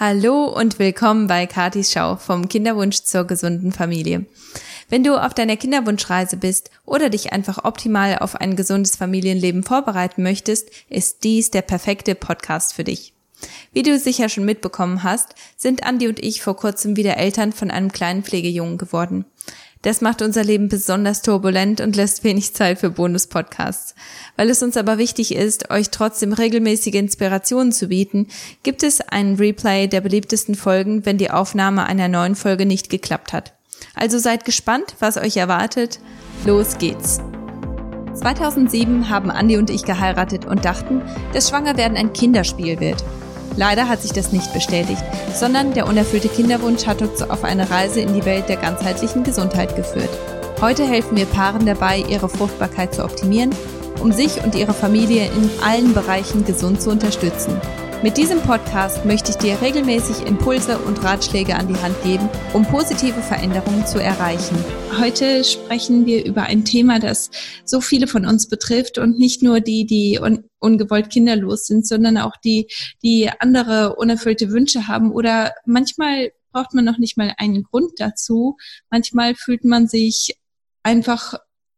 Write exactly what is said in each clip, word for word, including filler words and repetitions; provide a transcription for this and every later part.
Hallo und willkommen bei Katis Schau vom Kinderwunsch zur gesunden Familie. Wenn du auf deiner Kinderwunschreise bist oder dich einfach optimal auf ein gesundes Familienleben vorbereiten möchtest, ist dies der perfekte Podcast für dich. Wie du sicher schon mitbekommen hast, sind Andi und ich vor kurzem wieder Eltern von einem kleinen Pflegejungen geworden. Das macht unser Leben besonders turbulent und lässt wenig Zeit für Bonus-Podcasts. Weil es uns aber wichtig ist, euch trotzdem regelmäßige Inspirationen zu bieten, gibt es einen Replay der beliebtesten Folgen, wenn die Aufnahme einer neuen Folge nicht geklappt hat. Also seid gespannt, was euch erwartet. Los geht's! zweitausendsieben haben Andi und ich geheiratet und dachten, dass Schwangerwerden ein Kinderspiel wird. Leider hat sich das nicht bestätigt, sondern der unerfüllte Kinderwunsch hat uns auf eine Reise in die Welt der ganzheitlichen Gesundheit geführt. Heute helfen wir Paaren dabei, ihre Fruchtbarkeit zu optimieren, um sich und ihre Familie in allen Bereichen gesund zu unterstützen. Mit diesem Podcast möchte ich dir regelmäßig Impulse und Ratschläge an die Hand geben, um positive Veränderungen zu erreichen. Heute sprechen wir über ein Thema, das so viele von uns betrifft und nicht nur die, die un- ungewollt kinderlos sind, sondern auch die, die andere unerfüllte Wünsche haben oder manchmal braucht man noch nicht mal einen Grund dazu. Manchmal fühlt man sich einfach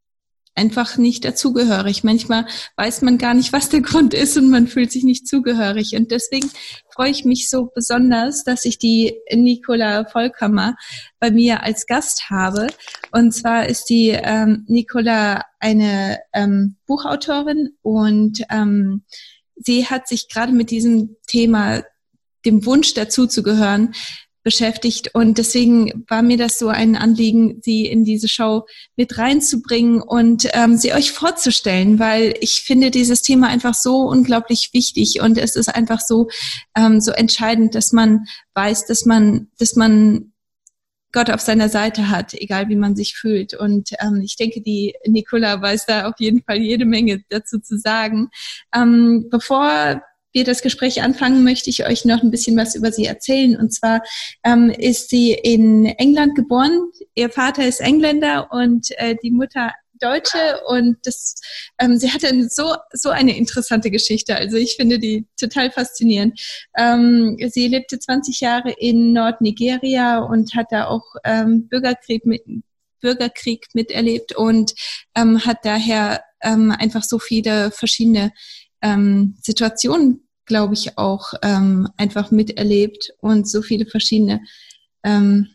einfach nicht dazugehörig. Manchmal weiß man gar nicht, was der Grund ist und man fühlt sich nicht zugehörig. Und deswegen freue ich mich so besonders, dass ich die Nicola Volkamer bei mir als Gast habe. Und zwar ist die ähm, Nicola eine ähm, Buchautorin und ähm, sie hat sich gerade mit diesem Thema, dem Wunsch dazuzugehören, beschäftigt und deswegen war mir das so ein Anliegen, sie in diese Show mit reinzubringen und ähm, sie euch vorzustellen, weil ich finde dieses Thema einfach so unglaublich wichtig und es ist einfach so ähm, so entscheidend, dass man weiß, dass man dass man Gott auf seiner Seite hat, egal wie man sich fühlt. Und ähm, ich denke, die Nicola weiß da auf jeden Fall jede Menge dazu zu sagen. Ähm, bevor wir das Gespräch anfangen, möchte ich euch noch ein bisschen was über sie erzählen. Und zwar ähm, ist sie in England geboren. Ihr Vater ist Engländer und äh, die Mutter Deutsche. Und das, ähm, sie hatte so so eine interessante Geschichte. Also ich finde die total faszinierend. Ähm, sie lebte zwanzig Jahre in Nordnigeria und hat da auch ähm, Bürgerkrieg mit Bürgerkrieg miterlebt und ähm, hat daher ähm, einfach so viele verschiedene ähm, Situationen, glaube ich, auch ähm, einfach miterlebt und so viele verschiedene ähm,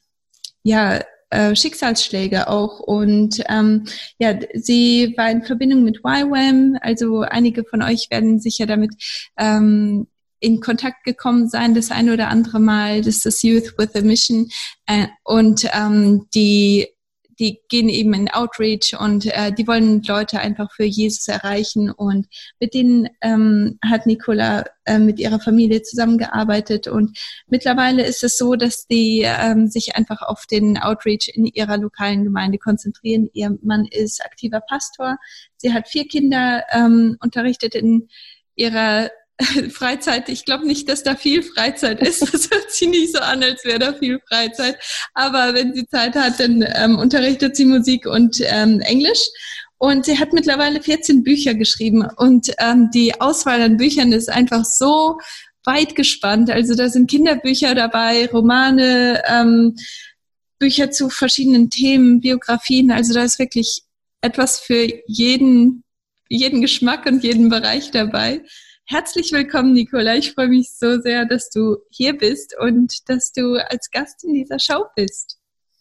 ja, äh, Schicksalsschläge auch. Und ähm, ja, sie war in Verbindung mit Y WAM, also einige von euch werden sicher damit ähm, in Kontakt gekommen sein, das eine oder andere Mal. Das ist das Youth with a Mission äh, und ähm, die die gehen eben in Outreach und äh, die wollen Leute einfach für Jesus erreichen und mit denen ähm, hat Nicola äh, mit ihrer Familie zusammengearbeitet und mittlerweile ist es so, dass die ähm, sich einfach auf den Outreach in ihrer lokalen Gemeinde konzentrieren. Ihr Mann ist aktiver Pastor, sie hat vier Kinder, ähm, unterrichtet in ihrer Freizeit, ich glaube nicht, dass da viel Freizeit ist. Das hört sich nicht so an, als wäre da viel Freizeit. Aber wenn sie Zeit hat, dann ähm, unterrichtet sie Musik und ähm, Englisch. Und sie hat mittlerweile vierzehn Bücher geschrieben. Und ähm, die Auswahl an Büchern ist einfach so weit gespannt. Also da sind Kinderbücher dabei, Romane, ähm, Bücher zu verschiedenen Themen, Biografien. Also da ist wirklich etwas für jeden, jeden Geschmack und jeden Bereich dabei. Herzlich willkommen, Nicola. Ich freue mich so sehr, dass du hier bist und dass du als Gast in dieser Show bist.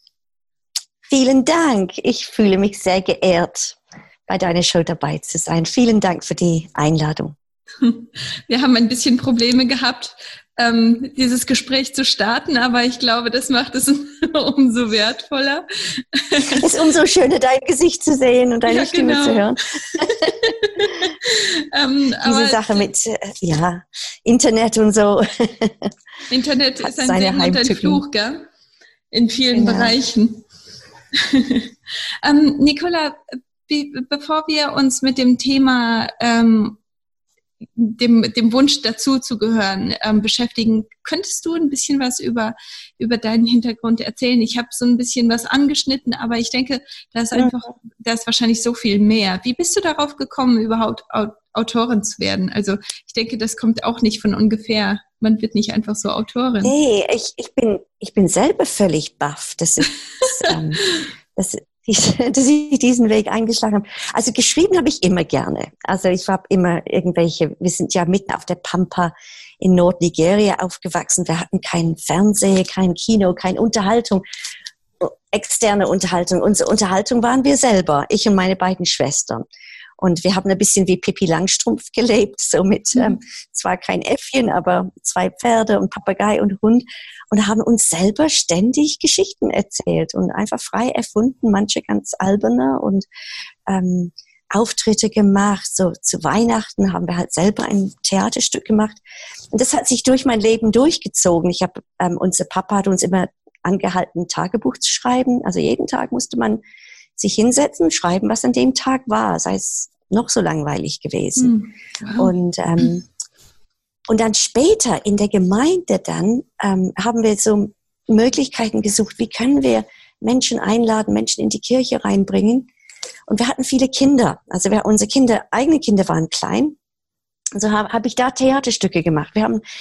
Vielen Dank. Ich fühle mich sehr geehrt, bei deiner Show dabei zu sein. Vielen Dank für die Einladung. Wir haben ein bisschen Probleme gehabt, ähm, dieses Gespräch zu starten, aber ich glaube, das macht es umso wertvoller. Es ist umso schöner, dein Gesicht zu sehen und deine ja, Stimme genau. zu hören. ähm, Diese Sache mit äh, ja, Internet und so. Internet ist ein Segen und ein Fluch, gell? In vielen genau. Bereichen. ähm, Nicola, wie, bevor wir uns mit dem Thema ähm, dem, dem Wunsch dazu zu gehören, ähm, beschäftigen. Könntest du ein bisschen was über, über deinen Hintergrund erzählen? Ich habe so ein bisschen was angeschnitten, aber ich denke, da ist einfach, da ist wahrscheinlich so viel mehr. Wie bist du darauf gekommen, überhaupt Autorin zu werden. Also ich denke, das kommt auch nicht von ungefähr. Man wird nicht einfach so Autorin. Nee, ich, ich, bin, ich bin selber völlig baff, dass, es, ähm, dass, ich, dass ich diesen Weg eingeschlagen habe. Also geschrieben habe ich immer gerne. Also ich habe immer irgendwelche, wir sind ja mitten auf der Pampa in Nordnigeria aufgewachsen. Wir hatten keinen Fernseher, kein Kino, keine Unterhaltung, externe Unterhaltung. Unsere Unterhaltung waren wir selber, ich und meine beiden Schwestern. Und wir haben ein bisschen wie Pippi Langstrumpf gelebt, so mit mhm. ähm, zwar kein Äffchen, aber zwei Pferde und Papagei und Hund, und haben uns selber ständig Geschichten erzählt und einfach frei erfunden, manche ganz alberne, und ähm, Auftritte gemacht. So zu Weihnachten haben wir halt selber ein Theaterstück gemacht. Und das hat sich durch mein Leben durchgezogen. Ich habe, ähm, unser Papa hat uns immer angehalten, ein Tagebuch zu schreiben. Also jeden Tag musste man sich hinsetzen und schreiben, was an dem Tag war, sei es noch so langweilig gewesen. Wow. Und, ähm, und dann später in der Gemeinde dann ähm, haben wir so Möglichkeiten gesucht, wie können wir Menschen einladen, Menschen in die Kirche reinbringen. Und wir hatten viele Kinder. Also wir, unsere Kinder, eigene Kinder waren klein. Also habe hab ich da Theaterstücke gemacht. Wir haben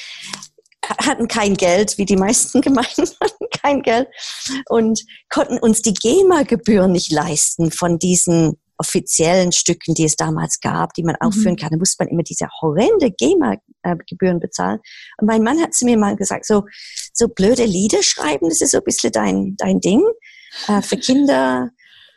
hatten kein Geld, wie die meisten Gemeinden hatten kein Geld, und konnten uns die GEMA-Gebühren nicht leisten von diesen offiziellen Stücken, die es damals gab, die man aufführen kann. Da musste man immer diese horrende GEMA-Gebühren bezahlen. Und mein Mann hat zu mir mal gesagt, so, so blöde Lieder schreiben, das ist so ein bisschen dein, dein Ding, äh, für Kinder,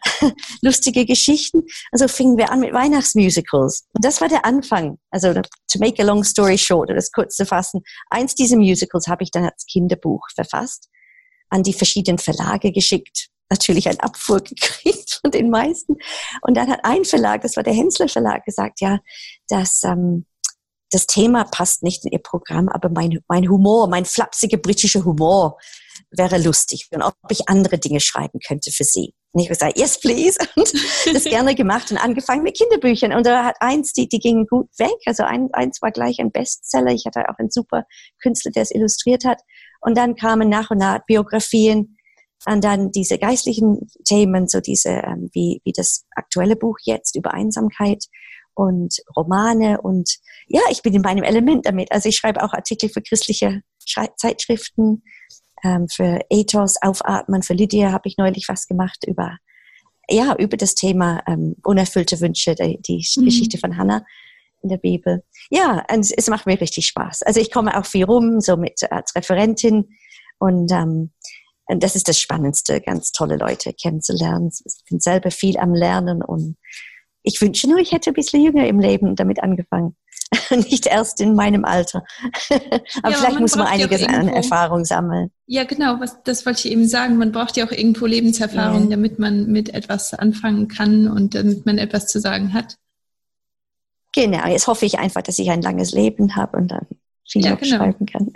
lustige Geschichten. Also fingen wir an mit Weihnachtsmusicals. Und das war der Anfang. Also to make a long story short, um das kurz zu fassen. Eins dieser Musicals habe ich dann als Kinderbuch verfasst, an die verschiedenen Verlage geschickt. Natürlich einen Abfuhr gekriegt von den meisten. Und dann hat ein Verlag, das war der Hensler Verlag, gesagt, ja, das, ähm, das Thema passt nicht in ihr Programm, aber mein, mein Humor, mein flapsiger britischer Humor wäre lustig, und ob ich andere Dinge schreiben könnte für sie. Und ich habe gesagt, yes, please. Und das gerne gemacht und angefangen mit Kinderbüchern. Und da hat eins, die, die gingen gut weg. Also ein, eins war gleich ein Bestseller. Ich hatte auch einen super Künstler, der es illustriert hat. Und dann kamen nach und nach Biografien und dann diese geistlichen Themen, so diese, ähm, wie, wie das aktuelle Buch jetzt über Einsamkeit und Romane. Und ja, ich bin in meinem Element damit. Also ich schreibe auch Artikel für christliche Schrei- Zeitschriften, ähm, für Ethos, Aufatmen, für Lydia habe ich neulich was gemacht über, ja, über das Thema ähm, unerfüllte Wünsche, die, die mhm. Geschichte von Hannah in der Bibel. Ja, und es macht mir richtig Spaß. Also ich komme auch viel rum, so mit als Referentin, und ähm, und das ist das Spannendste, ganz tolle Leute kennenzulernen. Ich bin selber viel am Lernen, und ich wünsche nur, ich hätte ein bisschen jünger im Leben damit angefangen. Nicht erst in meinem Alter. Aber ja, vielleicht muss man einiges an Erfahrung sammeln. Ja, genau, was, das wollte ich eben sagen. Man braucht ja auch irgendwo Lebenserfahrung, ja, damit man mit etwas anfangen kann und damit man etwas zu sagen hat. Genau, jetzt hoffe ich einfach, dass ich ein langes Leben habe und dann viel ja, genau. schreiben kann.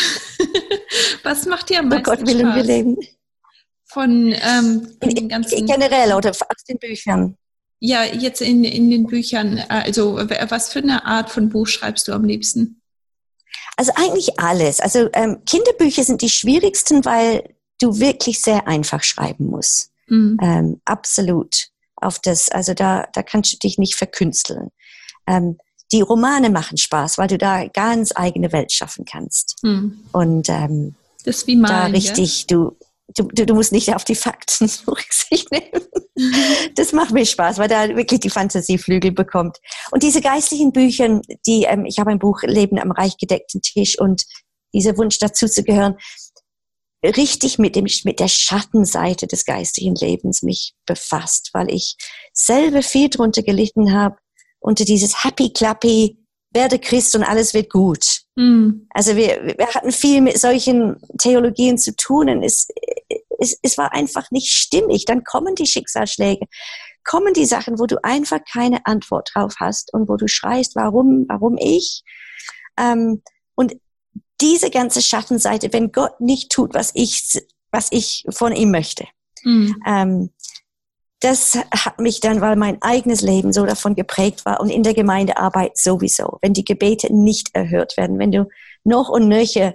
Was macht dir am meisten Spaß? Oh Gott, willen wir leben. Von, ähm, von den ganzen... Generell oder aus den Büchern? Ja, jetzt in, in den Büchern, also was für eine Art von Buch schreibst du am liebsten? Also eigentlich alles. Also ähm, Kinderbücher sind die schwierigsten, weil du wirklich sehr einfach schreiben musst. Mhm. Ähm, absolut. Auf das, also da, da kannst du dich nicht verkünsteln. Ähm, die Romane machen Spaß, weil du da ganz eigene Welt schaffen kannst. Mhm. Und ähm, das ist wie malen, da richtig, ja? du Du, du, du musst nicht auf die Fakten Rücksicht nehmen. Das macht mir Spaß, weil da wirklich die Fantasie Flügel bekommt. Und diese geistlichen Bücher, die, ähm, ich habe ein Buch Leben am reich gedeckten Tisch, und dieser Wunsch dazu zu gehören, richtig mit dem, mit der Schattenseite des geistlichen Lebens mich befasst, weil ich selber viel drunter gelitten habe, unter dieses Happy Clappy, werde Christ und alles wird gut. Mhm. Also wir, wir hatten viel mit solchen Theologien zu tun, und es, es, es war einfach nicht stimmig. Dann kommen die Schicksalsschläge, kommen die Sachen, wo du einfach keine Antwort drauf hast und wo du schreist, warum, warum ich? Ähm, und diese ganze Schattenseite, wenn Gott nicht tut, was ich, was ich von ihm möchte, mhm. ähm, das hat mich dann, weil mein eigenes Leben so davon geprägt war, und in der Gemeindearbeit sowieso, wenn die Gebete nicht erhört werden, wenn du noch und nöcher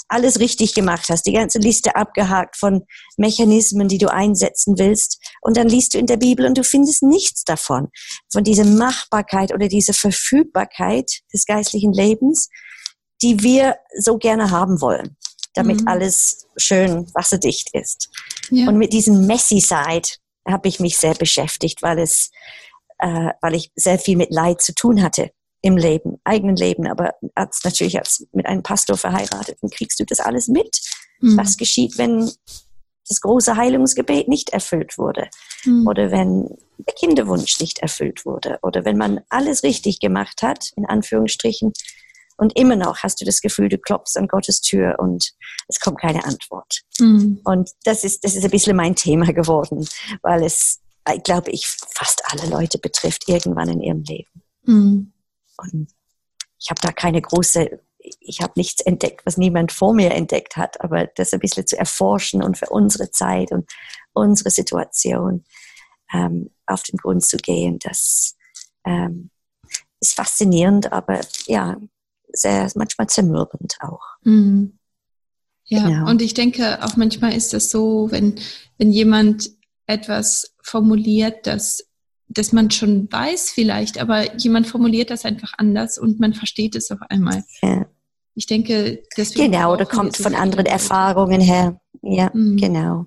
alles richtig gemacht hast, die ganze Liste abgehakt von Mechanismen, die du einsetzen willst. Und dann liest du in der Bibel und du findest nichts davon, von dieser Machbarkeit oder dieser Verfügbarkeit des geistlichen Lebens, die wir so gerne haben wollen, damit mhm. alles schön wasserdicht ist. Ja. Und mit diesem Messy Side habe ich mich sehr beschäftigt, weil es, äh, weil ich sehr viel mit Leid zu tun hatte im Leben, eigenen Leben, aber als natürlich als mit einem Pastor verheiratet, dann kriegst du das alles mit. Mhm. Was geschieht, wenn das große Heilungsgebet nicht erfüllt wurde mhm. oder wenn der Kinderwunsch nicht erfüllt wurde oder wenn man alles richtig gemacht hat, in Anführungsstrichen, und immer noch hast du das Gefühl, du klopfst an Gottes Tür und es kommt keine Antwort. Mhm. Und das ist, das ist ein bisschen mein Thema geworden, weil es, ich glaube, ich fast alle Leute betrifft irgendwann in ihrem Leben. Mhm. Und ich habe da keine große, ich habe nichts entdeckt, was niemand vor mir entdeckt hat, aber das ein bisschen zu erforschen und für unsere Zeit und unsere Situation ähm, auf den Grund zu gehen, das ähm, ist faszinierend, aber ja, sehr, manchmal zermürbend auch. Mhm. Ja, genau. Und ich denke auch manchmal ist das so, wenn, wenn jemand etwas formuliert, dass, dass man schon weiß vielleicht, aber jemand formuliert das einfach anders und man versteht es auf einmal. Ja. Ich denke, deswegen genau, oder kommt so von anderen Leute. Erfahrungen her. Ja, mhm. genau.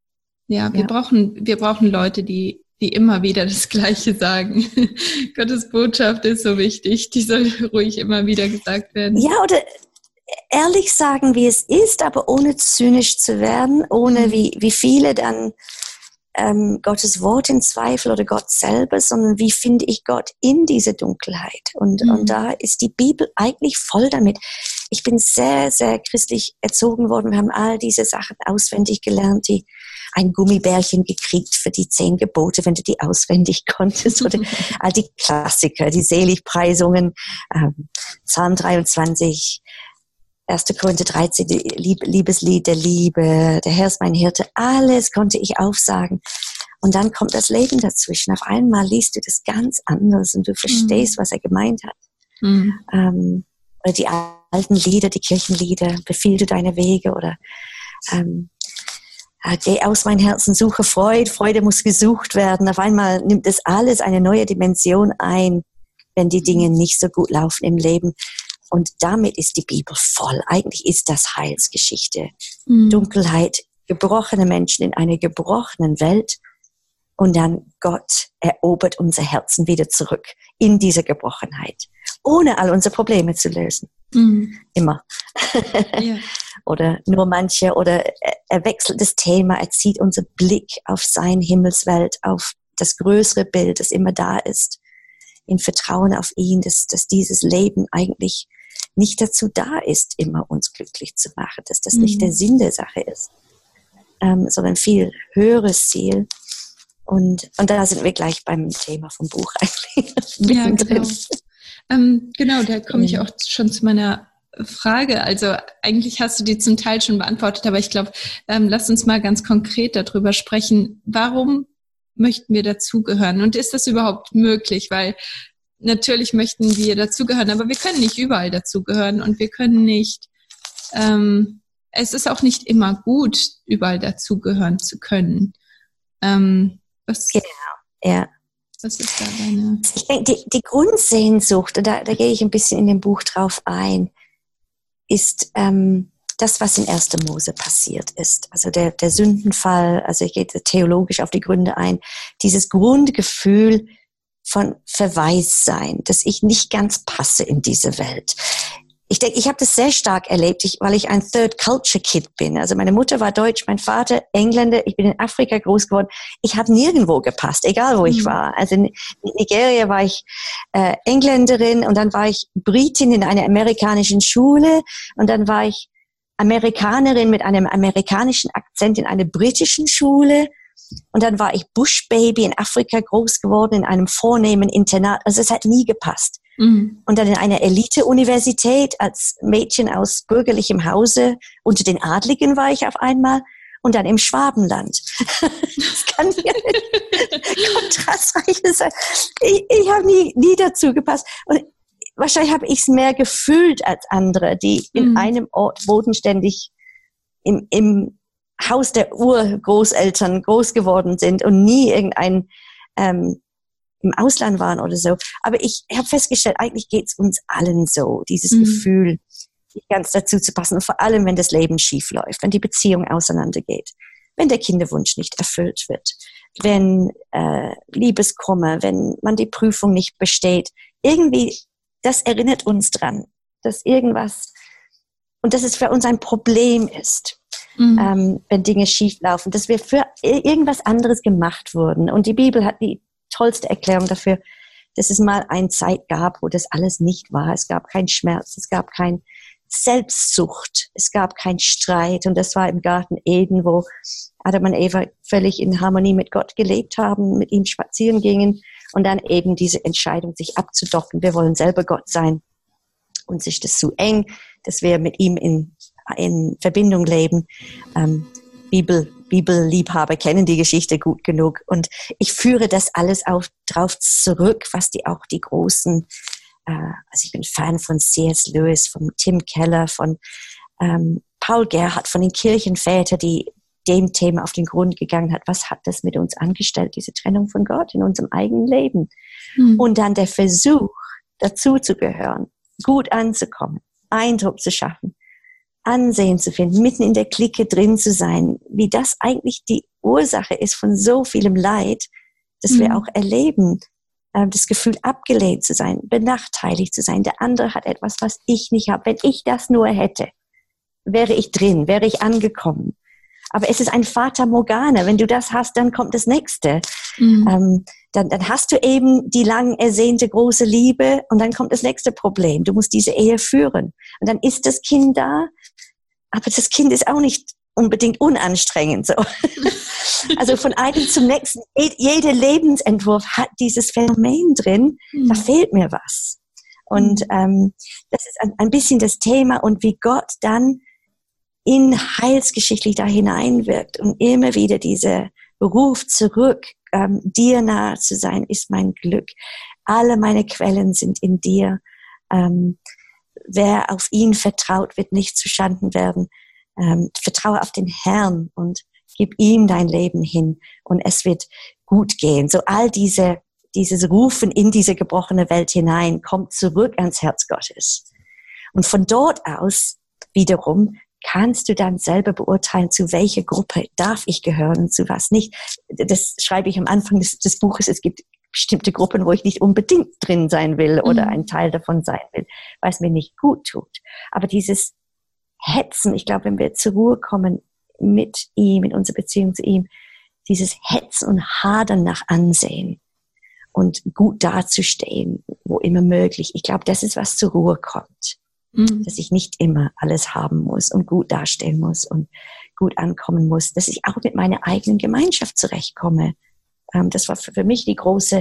Ja, wir ja. brauchen, wir brauchen Leute, die die immer wieder das Gleiche sagen. Gottes Botschaft ist so wichtig, die soll ruhig immer wieder gesagt werden. Ja, oder ehrlich sagen, wie es ist, aber ohne zynisch zu werden, ohne mhm. wie, wie viele dann ähm, Gottes Wort in Zweifel oder Gott selber, sondern wie finde ich Gott in dieser Dunkelheit. Und, mhm. und da ist die Bibel eigentlich voll damit. Ich bin sehr, sehr christlich erzogen worden. Wir haben all diese Sachen auswendig gelernt, die ein Gummibärchen gekriegt für die zehn Gebote, wenn du die auswendig konntest. Oder all die Klassiker, die Seligpreisungen, ähm, Psalm dreiundzwanzig, erster Korinther dreizehn, Lieb, Liebeslied der Liebe, der Herr ist mein Hirte, alles konnte ich aufsagen. Und dann kommt das Leben dazwischen. Auf einmal liest du das ganz anders und du verstehst, mhm. was er gemeint hat. Mhm. Ähm, oder die alten Lieder, die Kirchenlieder, befiehl du deine Wege oder ähm, geh aus mein Herzen, suche Freude, Freude muss gesucht werden. Auf einmal nimmt es alles eine neue Dimension ein, wenn die Dinge nicht so gut laufen im Leben. Und damit ist die Bibel voll. Eigentlich ist das Heilsgeschichte. Mhm. Dunkelheit, gebrochene Menschen in einer gebrochenen Welt. Und dann Gott erobert unser Herzen wieder zurück in diese Gebrochenheit, ohne all unsere Probleme zu lösen. Mhm. Immer. Ja. Oder nur manche, oder er wechselt das Thema, er zieht unser Blick auf sein Himmelswelt, auf das größere Bild, das immer da ist, in Vertrauen auf ihn, dass, dass dieses Leben eigentlich nicht dazu da ist, immer uns glücklich zu machen, dass das mhm. nicht der Sinn der Sache ist, ähm, sondern viel höheres Ziel. Und, und da sind wir gleich beim Thema vom Buch eigentlich. Ja, genau. Ähm, genau, da komme ich auch schon zu meiner Frage. Also eigentlich hast du die zum Teil schon beantwortet, aber ich glaube, ähm, lass uns mal ganz konkret darüber sprechen. Warum möchten wir dazugehören? Und ist das überhaupt möglich? Weil natürlich möchten wir dazugehören, aber wir können nicht überall dazugehören und wir können nicht, ähm, es ist auch nicht immer gut, überall dazugehören zu können. Ähm, was, genau, ja. Was ist da deine? Ich denke, die, die Grundsehnsucht, und da, da gehe ich ein bisschen in dem Buch drauf ein, ist ähm, das, was in erster Mose passiert ist. Also der, der Sündenfall, also ich gehe theologisch auf die Gründe ein, dieses Grundgefühl von Verwaistsein, dass ich nicht ganz passe in diese Welt. Ich denke, ich habe das sehr stark erlebt, ich, weil ich ein Third-Culture-Kid bin. Also meine Mutter war Deutsch, mein Vater Engländer, ich bin in Afrika groß geworden. Ich habe nirgendwo gepasst, egal wo mhm. ich war. Also in Nigeria war ich äh, Engländerin und dann war ich Britin in einer amerikanischen Schule und dann war ich Amerikanerin mit einem amerikanischen Akzent in einer britischen Schule. Und dann war ich Bush-Baby in Afrika groß geworden, in einem vornehmen Internat. Also es hat nie gepasst. Mhm. Und dann in einer Elite-Universität als Mädchen aus bürgerlichem Hause. Unter den Adligen war ich auf einmal. Und dann im Schwabenland. Das kann ja kontrastreich sein. Ich, ich habe nie, nie dazu gepasst. Und wahrscheinlich habe ich es mehr gefühlt als andere, die in mhm. einem Ort bodenständig im, im Haus der Urgroßeltern groß geworden sind und nie irgendein ähm, im Ausland waren oder so. Aber ich habe festgestellt, eigentlich geht es uns allen so, dieses mhm. Gefühl, nicht ganz dazu zu passen. Und vor allem, wenn das Leben schief läuft, wenn die Beziehung auseinandergeht, wenn der Kinderwunsch nicht erfüllt wird, wenn äh, Liebeskummer, wenn man die Prüfung nicht besteht. Irgendwie, das erinnert uns dran, dass irgendwas, und dass es für uns ein Problem ist, mhm. ähm, wenn Dinge schief laufen, dass wir für irgendwas anderes gemacht wurden. Und die Bibel hat die tollste Erklärung dafür, dass es mal eine Zeit gab, wo das alles nicht war. Es gab keinen Schmerz, es gab keine Selbstsucht, es gab keinen Streit. Und das war im Garten Eden, wo Adam und Eva völlig in Harmonie mit Gott gelebt haben, mit ihm spazieren gingen und dann eben diese Entscheidung, sich abzudocken. Wir wollen selber Gott sein. Uns ist das zu eng, dass wir mit ihm in, in Verbindung leben. Ähm, Bibel, Bibelliebhaber kennen die Geschichte gut genug. Und ich führe das alles auf, drauf zurück, was die auch die großen, äh, also ich bin Fan von C S Lewis, von Tim Keller, von ähm, Paul Gerhardt, von den Kirchenvätern, die dem Thema auf den Grund gegangen hat. Was hat das mit uns angestellt, diese Trennung von Gott in unserem eigenen Leben? Mhm. Und dann der Versuch, dazu zu gehören, gut anzukommen, Eindruck zu schaffen, Ansehen zu finden, mitten in der Clique drin zu sein, wie das eigentlich die Ursache ist von so vielem Leid, das mhm. wir auch erleben. Ähm, das Gefühl, abgelehnt zu sein, benachteiligt zu sein. Der andere hat etwas, was ich nicht habe. Wenn ich das nur hätte, wäre ich drin, wäre ich angekommen. Aber es ist ein Fata Morgana. Wenn du das hast, dann kommt das Nächste. Mhm. Ähm, dann, dann hast du eben die lang ersehnte große Liebe und dann kommt das nächste Problem. Du musst diese Ehe führen. Und dann ist das Kind da, aber das Kind ist auch nicht unbedingt unanstrengend. So. Also von einem zum nächsten. Jeder Lebensentwurf hat dieses Phänomen drin, mhm. da fehlt mir was. Und mhm. ähm, das ist ein, ein bisschen das Thema und wie Gott dann in heilsgeschichtlich da hineinwirkt und immer wieder dieser Ruf zurück, ähm, dir nahe zu sein, ist mein Glück. Alle meine Quellen sind in dir. Ähm, wer auf ihn vertraut, wird nicht zuschanden werden. Ähm, vertraue auf den Herrn und gib ihm dein Leben hin und es wird gut gehen. So all diese, dieses Rufen in diese gebrochene Welt hinein kommt zurück ans Herz Gottes. Und von dort aus wiederum kannst du dann selber beurteilen, zu welcher Gruppe darf ich gehören und zu was nicht. Das schreibe ich am Anfang des, des Buches. Es gibt bestimmte Gruppen, wo ich nicht unbedingt drin sein will oder mhm. ein Teil davon sein will, weil es mir nicht gut tut. Aber dieses Hetzen, ich glaube, wenn wir zur Ruhe kommen mit ihm, in unserer Beziehung zu ihm, dieses Hetzen und Hadern nach Ansehen und gut dazustehen, wo immer möglich. Ich glaube, das ist, was zur Ruhe kommt. Mhm. Dass ich nicht immer alles haben muss und gut dastehen muss und gut ankommen muss, dass ich auch mit meiner eigenen Gemeinschaft zurechtkomme. Ähm, das war für, für mich die große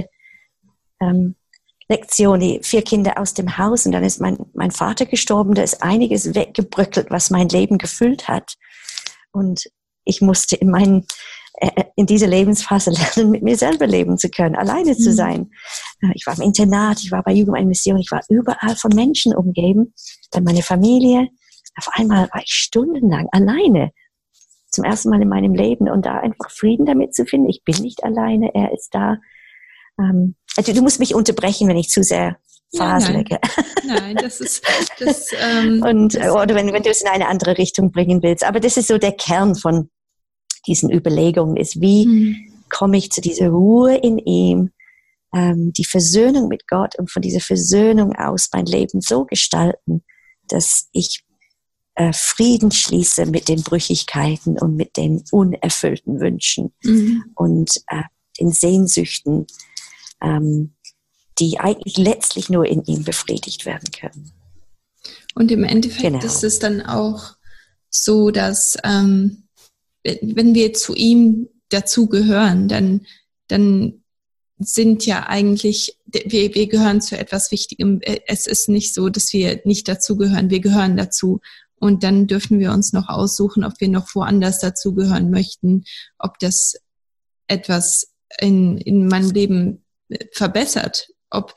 ähm, Lektion, die vier Kinder aus dem Haus und dann ist mein, mein Vater gestorben, da ist einiges weggebröckelt, was mein Leben gefüllt hat und ich musste in meinen äh, in dieser Lebensphase lernen, mit mir selber leben zu können, alleine mhm. zu sein. Ich war im Internat, ich war bei Jugend und Mission, ich war überall von Menschen umgeben, dann meine Familie. Auf einmal war ich stundenlang alleine, zum ersten Mal in meinem Leben und da einfach Frieden damit zu finden. Ich bin nicht alleine, er ist da. Ähm, also du musst mich unterbrechen, wenn ich zu sehr fasele. Ja, nein. nein, das ist das. Ähm, und das oder wenn, wenn du es in eine andere Richtung bringen willst. Aber das ist so der Kern von diesen Überlegungen, ist, wie mhm. komme ich zu dieser Ruhe in ihm, ähm, die Versöhnung mit Gott und von dieser Versöhnung aus mein Leben so gestalten, dass ich äh, Frieden schließe mit den Brüchigkeiten und mit den unerfüllten Wünschen mhm. und äh, den Sehnsüchten, ähm, die eigentlich letztlich nur in ihm befriedigt werden können. Und im Endeffekt genau. ist es dann auch so, dass ähm, wenn wir zu ihm dazugehören, dann, dann sind ja eigentlich, wir, wir gehören zu etwas Wichtigem. Es ist nicht so, dass wir nicht dazugehören, wir gehören dazu. Und dann dürfen wir uns noch aussuchen, ob wir noch woanders dazugehören möchten, ob das etwas in, in meinem Leben verbessert, ob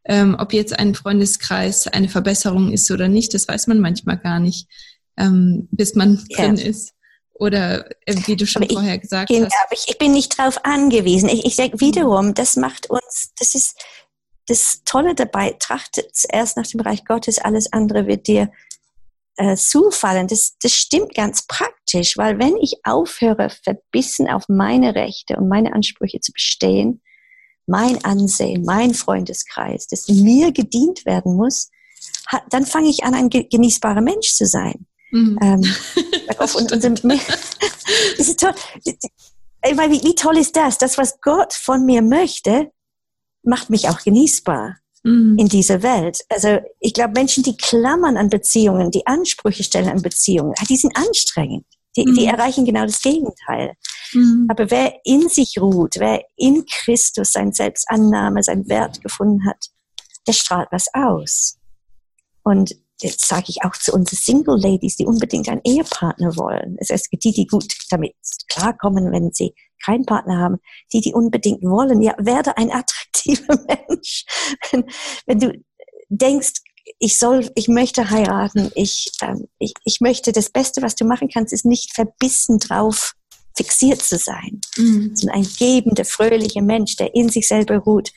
ähm, ob jetzt ein Freundeskreis eine Verbesserung ist oder nicht, das weiß man manchmal gar nicht, ähm, bis man Ja. drin ist. Oder äh, wie du schon aber vorher ich, gesagt genau, hast. aber ich, ich bin nicht darauf angewiesen. Ich, ich denke wiederum, das macht uns, das ist das Tolle dabei, trachte zuerst nach dem Reich Gottes, alles andere wird dir äh, zufallen. Das, das stimmt ganz praktisch, weil wenn ich aufhöre, verbissen auf meine Rechte und meine Ansprüche zu bestehen, mein Ansehen, mein Freundeskreis, das mir gedient werden muss, hat, dann fange ich an, ein genießbarer Mensch zu sein. Mhm. Ähm, auf unserem, das ist toll. Weil, wie, wie toll ist das? Das, was Gott von mir möchte, macht mich auch genießbar mhm. in dieser Welt. Also ich glaube, Menschen, die klammern an Beziehungen, die Ansprüche stellen an Beziehungen, die sind anstrengend. Die, mhm. die erreichen genau das Gegenteil. Mhm. Aber wer in sich ruht, wer in Christus sein Selbstannahme, sein Wert gefunden hat, der strahlt was aus. Und jetzt sage ich auch zu unseren Single Ladies, die unbedingt einen Ehepartner wollen. Es gibt die, die gut damit klarkommen, wenn sie keinen Partner haben. Die, die unbedingt wollen, ja, werde ein attraktiver Mensch. Wenn, wenn du denkst, ich soll, ich möchte heiraten, ich, ähm, ich, ich möchte, das Beste, was du machen kannst, ist nicht verbissen drauf fixiert zu sein, mhm. sondern ein gebender, fröhlicher Mensch, der in sich selber ruht,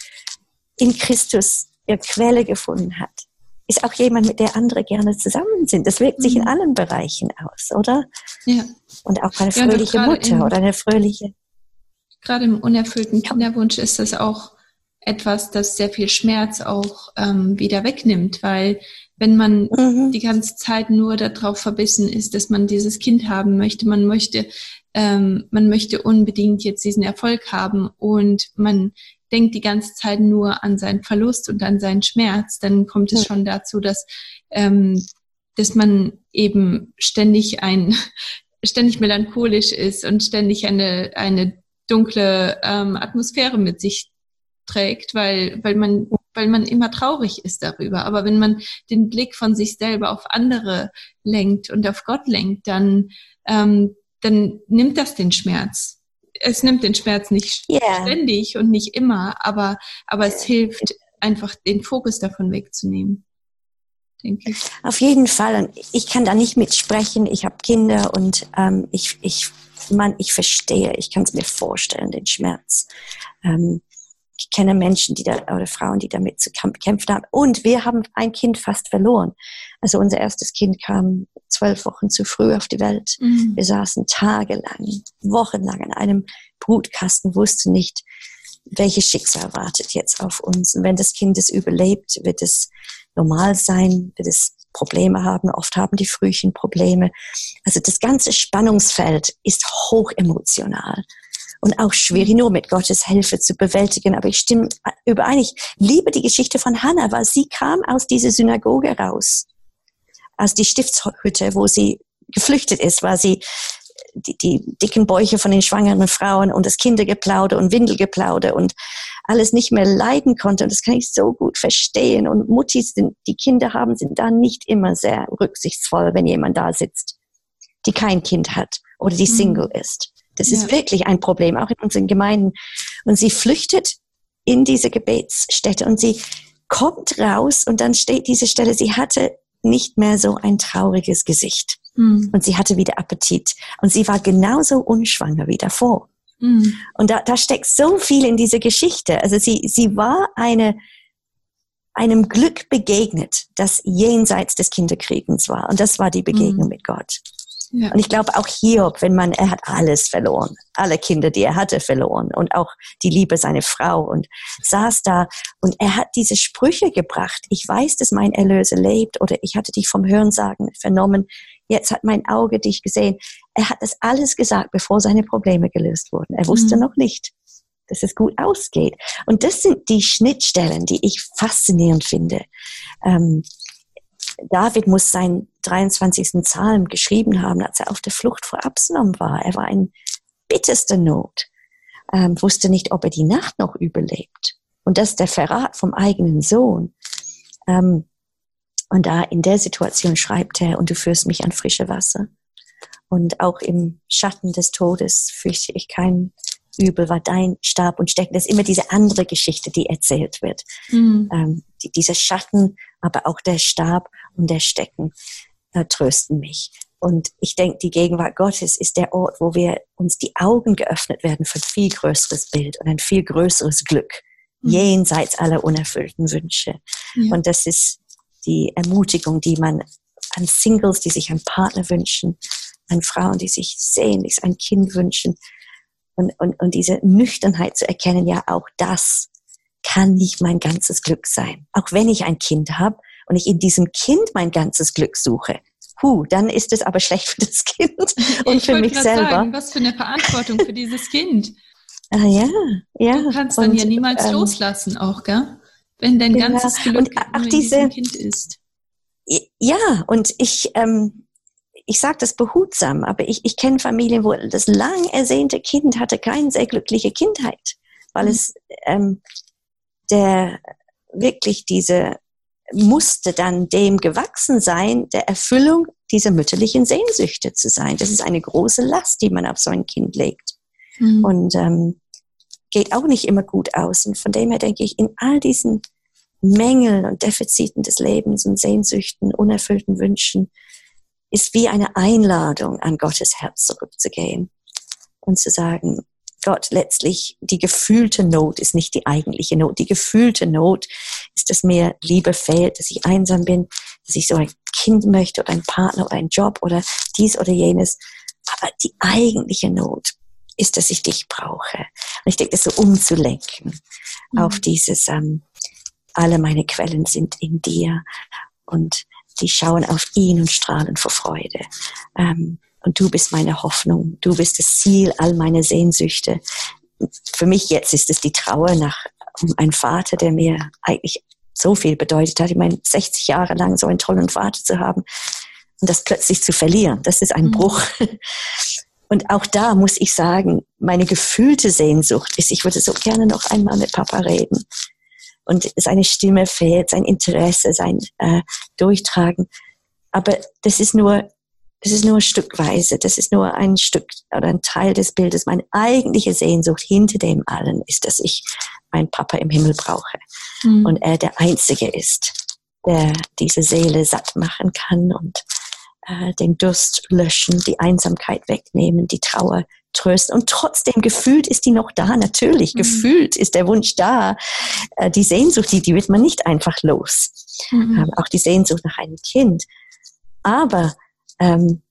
in Christus ihre Quelle gefunden hat. Ist auch jemand, mit der andere gerne zusammen sind. Das wirkt sich mhm. in allen Bereichen aus, oder? Ja. Und auch eine fröhliche ja, Mutter im, oder eine fröhliche... Gerade im unerfüllten Kinderwunsch ist das auch etwas, das sehr viel Schmerz auch ähm, wieder wegnimmt, weil wenn man mhm. die ganze Zeit nur darauf verbissen ist, dass man dieses Kind haben möchte, man möchte, ähm, man möchte unbedingt jetzt diesen Erfolg haben und man denkt die ganze Zeit nur an seinen Verlust und an seinen Schmerz, dann kommt es schon dazu, dass, ähm, dass man eben ständig ein, ständig melancholisch ist und ständig eine, eine dunkle ähm, Atmosphäre mit sich trägt, weil, weil man, weil man immer traurig ist darüber. Aber wenn man den Blick von sich selber auf andere lenkt und auf Gott lenkt, dann, ähm, dann nimmt das den Schmerz. Es nimmt den Schmerz nicht yeah. ständig und nicht immer, aber, aber es hilft einfach, den Fokus davon wegzunehmen, denke ich. Auf jeden Fall. Und ich kann da nicht mitsprechen. Ich habe Kinder und ähm, ich, ich, Mann, ich verstehe, ich kann es mir vorstellen, den Schmerz. Ähm, ich kenne Menschen, die da, oder Frauen, die damit zu kämpfen haben. Und wir haben ein Kind fast verloren. Also unser erstes Kind kam zwölf Wochen zu früh auf die Welt. Mhm. Wir saßen tagelang, wochenlang an einem Brutkasten, wussten nicht, welches Schicksal wartet jetzt auf uns. Und wenn das Kind es überlebt, wird es normal sein, wird es Probleme haben. Oft haben die Frühchen Probleme. Also das ganze Spannungsfeld ist hoch emotional. Und auch schwierig, nur mit Gottes Hilfe zu bewältigen. Aber ich stimme überein. Ich liebe die Geschichte von Hannah, weil sie kam aus dieser Synagoge raus. Aus die Stiftshütte, wo sie geflüchtet ist, weil sie die, die dicken Bäuche von den schwangeren Frauen und das Kindergeplauder und Windelgeplauder und alles nicht mehr leiden konnte. Und das kann ich so gut verstehen. Und Muttis, die Kinder haben, sind da nicht immer sehr rücksichtsvoll, wenn jemand da sitzt, die kein Kind hat oder die Single mhm. ist. Das ist ja. wirklich ein Problem, auch in unseren Gemeinden. Und sie flüchtet in diese Gebetsstätte und sie kommt raus und dann steht diese Stelle, sie hatte nicht mehr so ein trauriges Gesicht. Mhm. Und sie hatte wieder Appetit. Und sie war genauso unschwanger wie davor. Mhm. Und da, da steckt so viel in dieser Geschichte. Also sie, sie war eine, einem Glück begegnet, das jenseits des Kinderkriegens war. Und das war die Begegnung mhm. mit Gott. Ja. Und ich glaube auch Hiob, wenn man, er hat alles verloren, alle Kinder, die er hatte, verloren und auch die Liebe seiner Frau und saß da und er hat diese Sprüche gebracht. Ich weiß, dass mein Erlöser lebt oder ich hatte dich vom Hörensagen vernommen. Jetzt hat mein Auge dich gesehen. Er hat das alles gesagt, bevor seine Probleme gelöst wurden. Er wusste mhm. noch nicht, dass es gut ausgeht. Und das sind die Schnittstellen, die ich faszinierend finde. Ähm, David muss seinen dreiundzwanzigsten Psalm geschrieben haben, als er auf der Flucht vor Absalom war. Er war in bitterster Not, ähm, wusste nicht, ob er die Nacht noch überlebt. Und das ist der Verrat vom eigenen Sohn. Ähm, und da in der Situation schreibt er, und du führst mich an frische Wasser. Und auch im Schatten des Todes fürchte ich kein Übel war dein Stab und Stecken. Das ist immer diese andere Geschichte, die erzählt wird. Mhm. Ähm, die, dieser Schatten, aber auch der Stab und der Stecken äh, trösten mich. Und ich denke, die Gegenwart Gottes ist der Ort, wo wir uns die Augen geöffnet werden für ein viel größeres Bild und ein viel größeres Glück, mhm. jenseits aller unerfüllten Wünsche. Ja. Und das ist die Ermutigung, die man an Singles, die sich einen Partner wünschen, an Frauen, die sich sehnlichst ein Kind wünschen, und, und, und diese Nüchternheit zu erkennen, ja, auch das kann nicht mein ganzes Glück sein. Auch wenn ich ein Kind habe und ich in diesem Kind mein ganzes Glück suche, Huh, dann ist es aber schlecht für das Kind und ich für mich selber. Sagen, was für eine Verantwortung für dieses Kind. Ah, ja, ja. Du kannst dann und, ja niemals ähm, loslassen auch, gell? Wenn dein ja, ganzes Glück und auch in diese, diesem Kind ist. Ja, und ich, ähm, ich sage das behutsam, aber ich, ich kenne Familien, wo das lang ersehnte Kind hatte keine sehr glückliche Kindheit, weil mhm. es ähm, der wirklich diese musste dann dem gewachsen sein, der Erfüllung dieser mütterlichen Sehnsüchte zu sein. Das ist eine große Last, die man auf so ein Kind legt. Mhm. Und ähm, geht auch nicht immer gut aus. Und von dem her denke ich, in all diesen Mängeln und Defiziten des Lebens und Sehnsüchten, unerfüllten Wünschen, ist wie eine Einladung, an Gottes Herz zurückzugehen und zu sagen, Gott, letztlich die gefühlte Not ist nicht die eigentliche Not. Die gefühlte Not ist, dass mir Liebe fehlt, dass ich einsam bin, dass ich so ein Kind möchte oder einen Partner oder einen Job oder dies oder jenes. Aber die eigentliche Not ist, dass ich dich brauche. Und ich denke, das so umzulenken mhm. auf dieses, ähm, alle meine Quellen sind in dir und die schauen auf ihn und strahlen vor Freude. Ähm, Und du bist meine Hoffnung. Du bist das Ziel all meiner Sehnsüchte. Für mich jetzt ist es die Trauer nach einem Vater, der mir eigentlich so viel bedeutet hat. Ich meine, sechzig Jahre lang so einen tollen Vater zu haben und das plötzlich zu verlieren, das ist ein mhm. Bruch. Und auch da muss ich sagen, meine gefühlte Sehnsucht ist, ich würde so gerne noch einmal mit Papa reden. Und seine Stimme fehlt, sein Interesse, sein äh, Durchtragen. Aber das ist nur Das ist nur stückweise, das ist nur ein Stück oder ein Teil des Bildes. Meine eigentliche Sehnsucht hinter dem allen ist, dass ich meinen Papa im Himmel brauche. Mhm. Und er der Einzige ist, der diese Seele satt machen kann und äh, den Durst löschen, die Einsamkeit wegnehmen, die Trauer trösten. Und trotzdem, gefühlt ist die noch da, natürlich. Mhm. Gefühlt ist der Wunsch da. Äh, die Sehnsucht, die, die wird man nicht einfach los. Mhm. Ähm, auch die Sehnsucht nach einem Kind. Aber Ähm,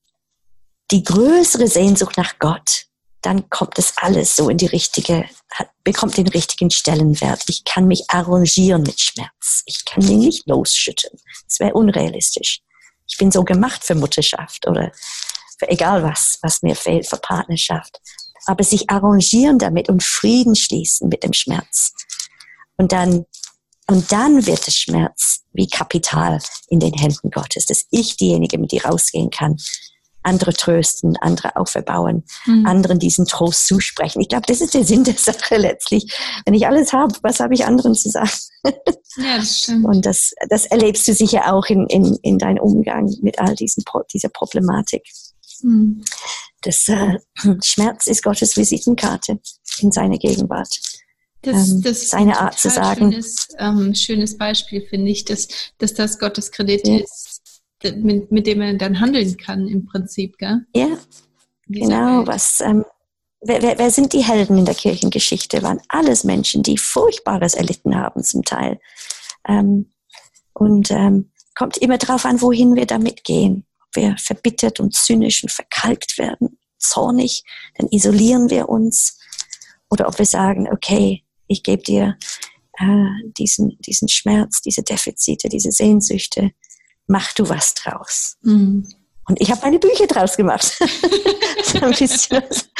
die größere Sehnsucht nach Gott, dann kommt das alles so in die richtige, hat, bekommt den richtigen Stellenwert. Ich kann mich arrangieren mit Schmerz. Ich kann ihn nicht losschütten. Das wäre unrealistisch. Ich bin so gemacht für Mutterschaft oder für egal was, was mir fehlt, für Partnerschaft. Aber sich arrangieren damit und Frieden schließen mit dem Schmerz. Und dann Und dann wird der Schmerz wie Kapital in den Händen Gottes, dass ich diejenige bin, die rausgehen kann, andere trösten, andere auferbauen, mhm. anderen diesen Trost zusprechen. Ich glaube, das ist der Sinn der Sache letztlich. Wenn ich alles habe, was habe ich anderen zu sagen? Ja, das stimmt. Und das, das erlebst du sicher auch in, in, in deinem Umgang mit all diesen, dieser Problematik. Mhm. Das äh, Schmerz ist Gottes Visitenkarte in seiner Gegenwart. Das, ähm, das ist seine ein Art zu sagen. Schönes, ähm, schönes Beispiel, finde ich, dass, dass das Gottes Kredit ja. ist, mit, mit dem er dann handeln kann im Prinzip, gell? Ja, genau. Was, ähm, wer, wer, wer sind die Helden in der Kirchengeschichte? Waren alles Menschen, die Furchtbares erlitten haben zum Teil. Ähm, und ähm, kommt immer darauf an, wohin wir damit gehen. Ob wir verbittert und zynisch und verkalkt werden, zornig, dann isolieren wir uns. Oder ob wir sagen, okay, ich gebe dir äh, diesen, diesen Schmerz, diese Defizite, diese Sehnsüchte, mach du was draus. Mhm. Und ich habe meine Bücher draus gemacht. So ein bisschen was.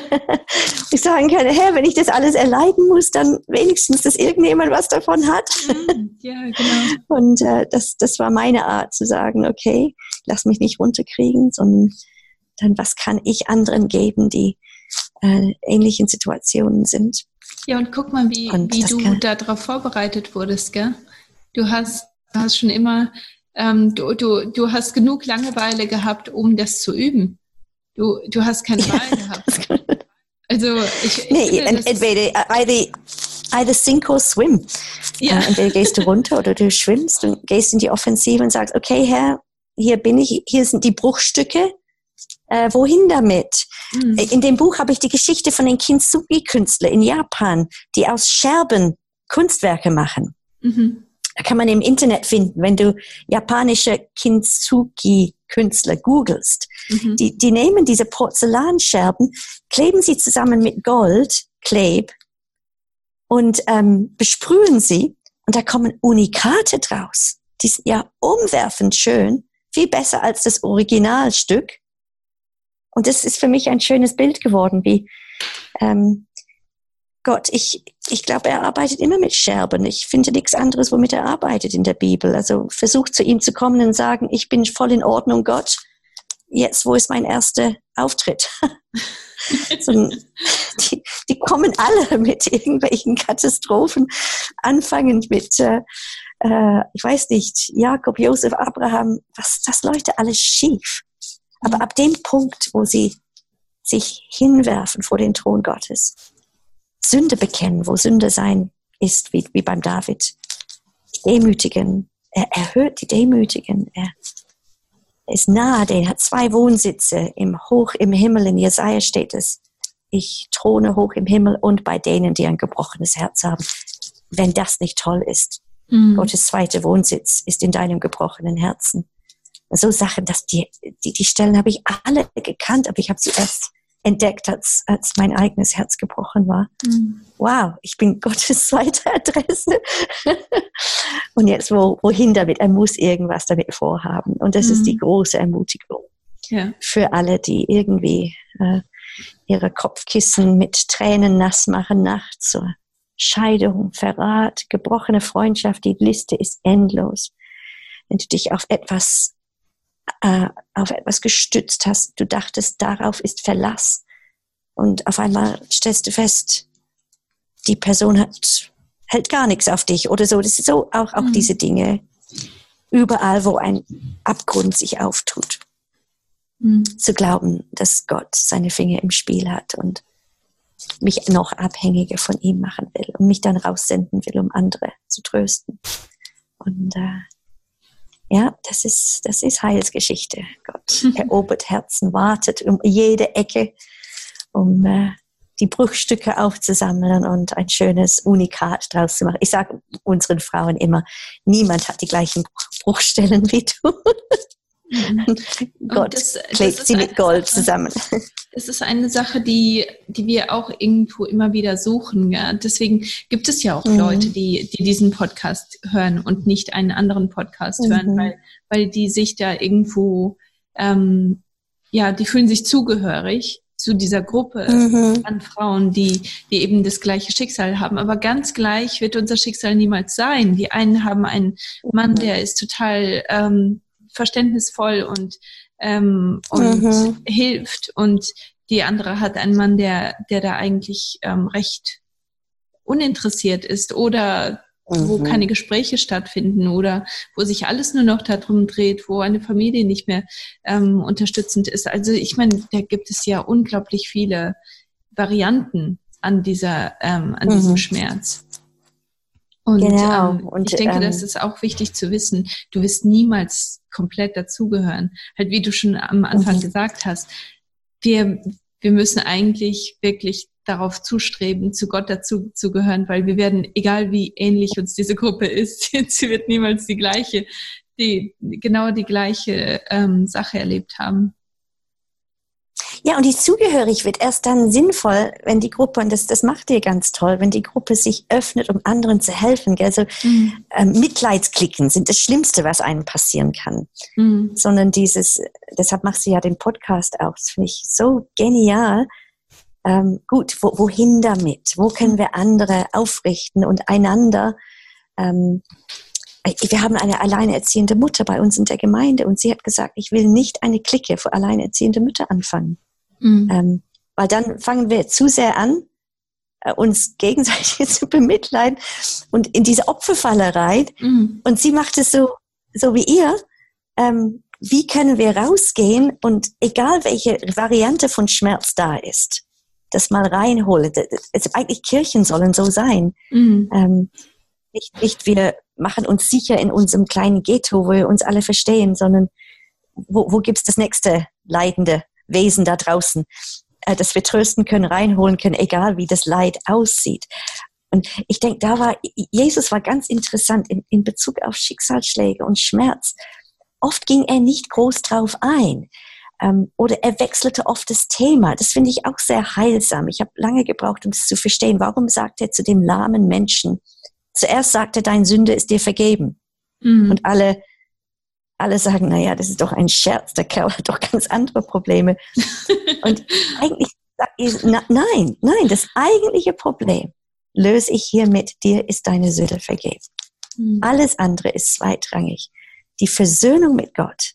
Ich sagen kann, Herr, wenn ich das alles erleiden muss, dann wenigstens, dass irgendjemand was davon hat. Mhm. Ja, genau. Und äh, das, das war meine Art zu sagen, okay, lass mich nicht runterkriegen, sondern dann, was kann ich anderen geben, die äh, ähnlichen Situationen sind. Ja, und guck mal, wie, wie du darauf vorbereitet wurdest, gell? Du hast, du hast schon immer, ähm, du, du, du hast genug Langeweile gehabt, um das zu üben. Du, du hast keine Wahl gehabt. Also ich, ich nee, finde, entweder either, either sink or swim. Ja. Äh, entweder gehst du runter oder du schwimmst und gehst in die Offensive und sagst, okay, Herr, hier bin ich, hier sind die Bruchstücke. Äh, wohin damit? Mhm. In dem Buch habe ich die Geschichte von den Kintsugi-Künstlern in Japan, die aus Scherben Kunstwerke machen. Mhm. Da kann man im Internet finden, wenn du japanische Kintsugi-Künstler googelst. Mhm. Die, die nehmen diese Porzellanscherben, kleben sie zusammen mit Gold, Kleb, und ähm, besprühen sie. Und da kommen Unikate draus. Die sind ja umwerfend schön, viel besser als das Originalstück. Und das ist für mich ein schönes Bild geworden, wie ähm, Gott, ich, ich glaube, er arbeitet immer mit Scherben. Ich finde nichts anderes, womit er arbeitet in der Bibel. Also versucht zu ihm zu kommen und sagen, ich bin voll in Ordnung, Gott. Jetzt, wo ist mein erster Auftritt? so, die, die kommen alle mit irgendwelchen Katastrophen, anfangend mit, äh, äh, ich weiß nicht, Jakob, Josef, Abraham, was das läuft alles schief. Aber ab dem Punkt, wo sie sich hinwerfen vor den Thron Gottes, Sünde bekennen, wo Sünde sein ist, wie, wie beim David, demütigen, er erhört die Demütigen, er, er ist nahe, der hat zwei Wohnsitze, im hoch im Himmel, in Jesaja steht es, ich throne hoch im Himmel und bei denen, die ein gebrochenes Herz haben. Wenn das nicht toll ist, mhm. Gottes zweiter Wohnsitz ist in deinem gebrochenen Herzen. So Sachen, dass die, die, die Stellen habe ich alle gekannt, aber ich habe sie erst entdeckt, als, als mein eigenes Herz gebrochen war. Mhm. Wow, ich bin Gottes zweite Adresse. Und jetzt, wo, wohin damit? Er muss irgendwas damit vorhaben. Und das mhm. ist die große Ermutigung ja. für alle, die irgendwie äh, ihre Kopfkissen mit Tränen nass machen nachts. So Scheidung, Verrat, gebrochene Freundschaft, die Liste ist endlos. Wenn du dich auf etwas Äh, auf etwas gestützt hast, du dachtest, darauf ist Verlass und auf einmal stellst du fest, die Person hat, hält gar nichts auf dich oder so. Das ist so auch, auch mhm. diese Dinge, überall, wo ein Abgrund sich auftut, mhm. zu glauben, dass Gott seine Finger im Spiel hat und mich noch abhängiger von ihm machen will und mich dann raussenden will, um andere zu trösten. Und äh, ja, das ist, das ist Heilsgeschichte. Gott erobert Herzen, wartet um jede Ecke, um äh, die Bruchstücke aufzusammeln und ein schönes Unikat draus zu machen. Ich sage unseren Frauen immer, niemand hat die gleichen Bruchstellen wie du. Mhm. Gott das, klebt das sie mit Gold Sache, zusammen. Das ist eine Sache, die, die wir auch irgendwo immer wieder suchen. Ja? Deswegen gibt es ja auch mhm. Leute, die, die diesen Podcast hören und nicht einen anderen Podcast mhm. hören, weil, weil die sich da irgendwo, ähm, ja, die fühlen sich zugehörig zu dieser Gruppe mhm. an Frauen, die, die eben das gleiche Schicksal haben. Aber ganz gleich wird unser Schicksal niemals sein. Die einen haben einen Mann, der ist total ähm, verständnisvoll und ähm, und mhm. hilft, und die andere hat einen Mann, der der da eigentlich ähm, recht uninteressiert ist oder mhm. wo keine Gespräche stattfinden oder wo sich alles nur noch darum dreht, wo eine Familie nicht mehr ähm, unterstützend ist. Also ich meine, da gibt es ja unglaublich viele Varianten an dieser ähm, an mhm. diesem Schmerz. Und, genau. ähm, und ich denke, ähm, das ist auch wichtig zu wissen. Du wirst niemals komplett dazugehören. Halt, wie du schon am Anfang mhm. gesagt hast, wir, wir müssen eigentlich wirklich darauf zustreben, zu Gott dazu zu gehören, weil wir werden, egal wie ähnlich uns diese Gruppe ist, sie wird niemals die gleiche, die, genau die gleiche ähm, Sache erlebt haben. Ja, und die Zugehörigkeit wird erst dann sinnvoll, wenn die Gruppe, und das, das macht ihr ganz toll, wenn die Gruppe sich öffnet, um anderen zu helfen. Gell? Also mhm. ähm, Mitleidsklicken sind das Schlimmste, was einem passieren kann. Mhm. Sondern dieses, deshalb machst du ja den Podcast auch, das finde ich so genial. Ähm, gut, wo, wohin damit? Wo können wir andere aufrichten und einander? Ähm, wir haben eine alleinerziehende Mutter bei uns in der Gemeinde und sie hat gesagt, ich will nicht eine Clique für alleinerziehende Mütter anfangen. Mhm. Ähm, weil dann fangen wir zu sehr an, äh, uns gegenseitig zu bemitleiden und in diese Opferfalle rein. Mhm. Und sie macht es so, so wie ihr. Ähm, wie können wir rausgehen und egal welche Variante von Schmerz da ist, das mal reinhole. Also eigentlich Kirchen sollen so sein. Mhm. Ähm, nicht, nicht wir machen uns sicher in unserem kleinen Ghetto, wo wir uns alle verstehen, sondern wo, wo gibt's das nächste leidende Wesen da draußen, äh, das wir trösten können, reinholen können, egal wie das Leid aussieht. Und ich denke, da war, Jesus war ganz interessant in, in Bezug auf Schicksalsschläge und Schmerz. Oft ging er nicht groß drauf ein. Ähm, oder er wechselte oft das Thema. Das finde ich auch sehr heilsam. Ich habe lange gebraucht, um das zu verstehen. Warum sagt er zu dem lahmen Menschen, zuerst sagt er, deine Sünde ist dir vergeben. Mhm. Und alle, alle sagen, naja, das ist doch ein Scherz, der Kerl hat doch ganz andere Probleme. Und eigentlich sagt Jesus, na, nein, nein, das eigentliche Problem löse ich hiermit, dir ist deine Sünde vergeben. Mhm. Alles andere ist zweitrangig. Die Versöhnung mit Gott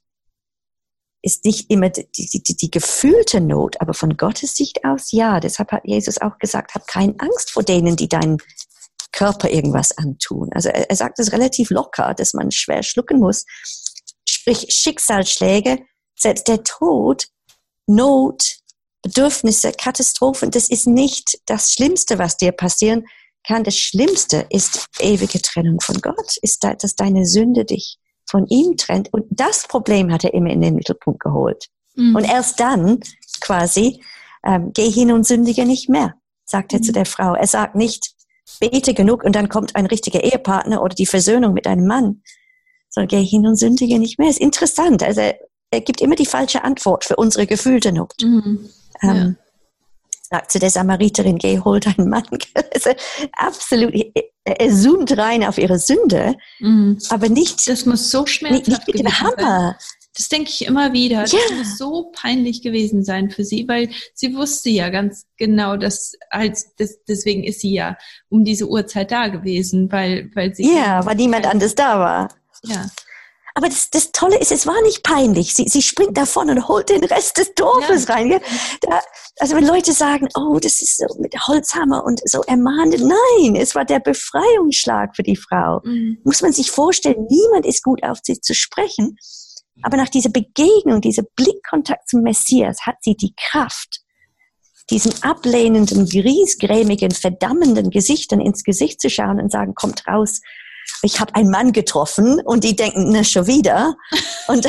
ist nicht immer die, die, die, die gefühlte Not, aber von Gottes Sicht aus, ja. Deshalb hat Jesus auch gesagt, hab keine Angst vor denen, die deinen Körper irgendwas antun. Also er, er sagt es relativ locker, dass man schwer schlucken muss. Sprich, Schicksalsschläge, selbst der Tod, Not, Bedürfnisse, Katastrophen, das ist nicht das Schlimmste, was dir passieren kann. Das Schlimmste ist ewige Trennung von Gott, ist, dass deine Sünde dich von ihm trennt. Und das Problem hat er immer in den Mittelpunkt geholt. Mhm. Und erst dann quasi, ähm, geh hin und sündige nicht mehr, sagt er mhm. zu der Frau. Er sagt nicht, bete genug und dann kommt ein richtiger Ehepartner oder die Versöhnung mit einem Mann, sondern geh hin und sündige nicht mehr. Ist interessant. Also er, er gibt immer die falsche Antwort für unsere gefühlte Not. Mhm. Ja. Ähm, sagt zu der Samariterin, geh, hol deinen Mann. Also, absolut, er zoomt rein auf ihre Sünde, mhm. aber nicht, das muss so schmerzhaft nicht mit dem Hammer. Sein. Das denke ich immer wieder. Ja. Das muss so peinlich gewesen sein für sie, weil sie wusste ja ganz genau, dass als das, deswegen ist sie ja um diese Uhrzeit da gewesen, weil weil sie ja, weil niemand anders da war. Ja. Aber das, das Tolle ist, es war nicht peinlich. Sie, sie springt davon und holt den Rest des Dorfes ja. rein. Ja? Da, also wenn Leute sagen, oh, das ist so mit Holzhammer und so ermahnend. Nein, es war der Befreiungsschlag für die Frau. Mhm. Muss man sich vorstellen, niemand ist gut auf sie zu sprechen. Aber nach dieser Begegnung, dieser Blickkontakt zum Messias hat sie die Kraft, diesen ablehnenden, griesgrämigen, verdammenden Gesichtern ins Gesicht zu schauen und sagen, kommt raus. Ich habe einen Mann getroffen und die denken, na schon wieder. Und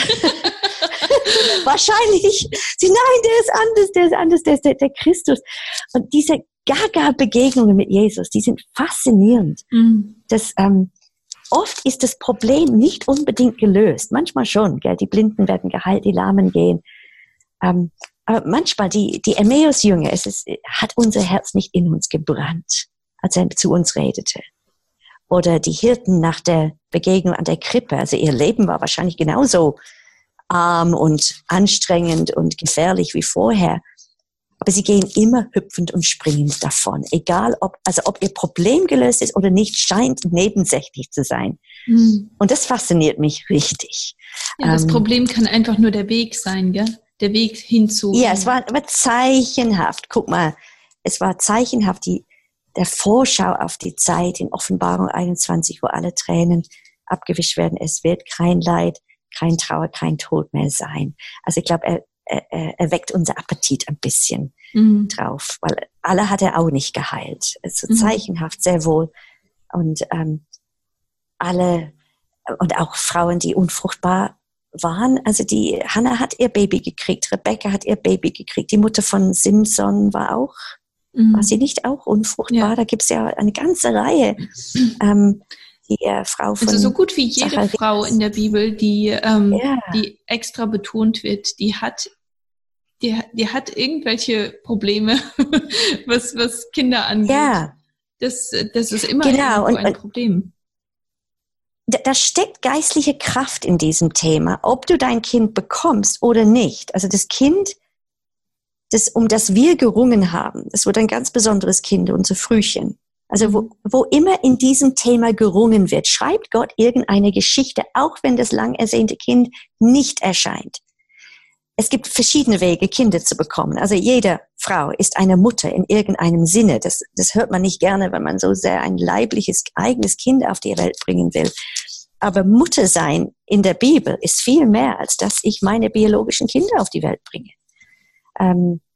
wahrscheinlich, sie, nein, der ist anders, der ist anders, der ist der, der Christus. Und diese Gaga-Begegnungen mit Jesus, die sind faszinierend. Mhm. Das, ähm, oft ist das Problem nicht unbedingt gelöst. Manchmal schon, gell? Die Blinden werden geheilt, die Lahmen gehen. Ähm, aber manchmal, die, die Emmaus-Jünger, es ist, hat unser Herz nicht in uns gebrannt, als er zu uns redete. Oder die Hirten nach der Begegnung an der Krippe. Also ihr Leben war wahrscheinlich genauso arm und anstrengend und gefährlich wie vorher. Aber sie gehen immer hüpfend und springend davon. Egal, ob, also ob ihr Problem gelöst ist oder nicht, scheint nebensächlich zu sein. Mhm. Und das fasziniert mich richtig. Ja, das ähm, Problem kann einfach nur der Weg sein, gell? Der Weg hinzu. Ja, es war aber zeichenhaft. Guck mal, es war zeichenhaft, die der Vorschau auf die Zeit in Offenbarung einundzwanzig, wo alle Tränen abgewischt werden. Es wird kein Leid, kein Trauer, kein Tod mehr sein. Also ich glaube, er, er, er weckt unser Appetit ein bisschen mhm. drauf, weil alle hat er auch nicht geheilt. Es ist so mhm. zeichenhaft, sehr wohl. Und ähm, alle, und auch Frauen, die unfruchtbar waren, also die Hannah hat ihr Baby gekriegt, Rebecca hat ihr Baby gekriegt, die Mutter von Simson war auch war sie nicht auch unfruchtbar? Ja. Da gibt es ja eine ganze Reihe. Ähm, die äh, Frau von also so gut wie jede Zacharias. Frau in der Bibel, die, ähm, ja. die extra betont wird, die hat, die, die hat irgendwelche Probleme, was, was Kinder angeht. Ja. Das, das ist immer genau. und, ein Problem. Da, da steckt geistliche Kraft in diesem Thema, ob du dein Kind bekommst oder nicht. Also das Kind, das, um das wir gerungen haben, das wird ein ganz besonderes Kind, unser Frühchen. Also wo, wo immer in diesem Thema gerungen wird, schreibt Gott irgendeine Geschichte, auch wenn das lang ersehnte Kind nicht erscheint. Es gibt verschiedene Wege, Kinder zu bekommen. Also jede Frau ist eine Mutter in irgendeinem Sinne. Das, das hört man nicht gerne, wenn man so sehr ein leibliches, eigenes Kind auf die Welt bringen will. Aber Mutter sein in der Bibel ist viel mehr, als dass ich meine biologischen Kinder auf die Welt bringe. Ähm,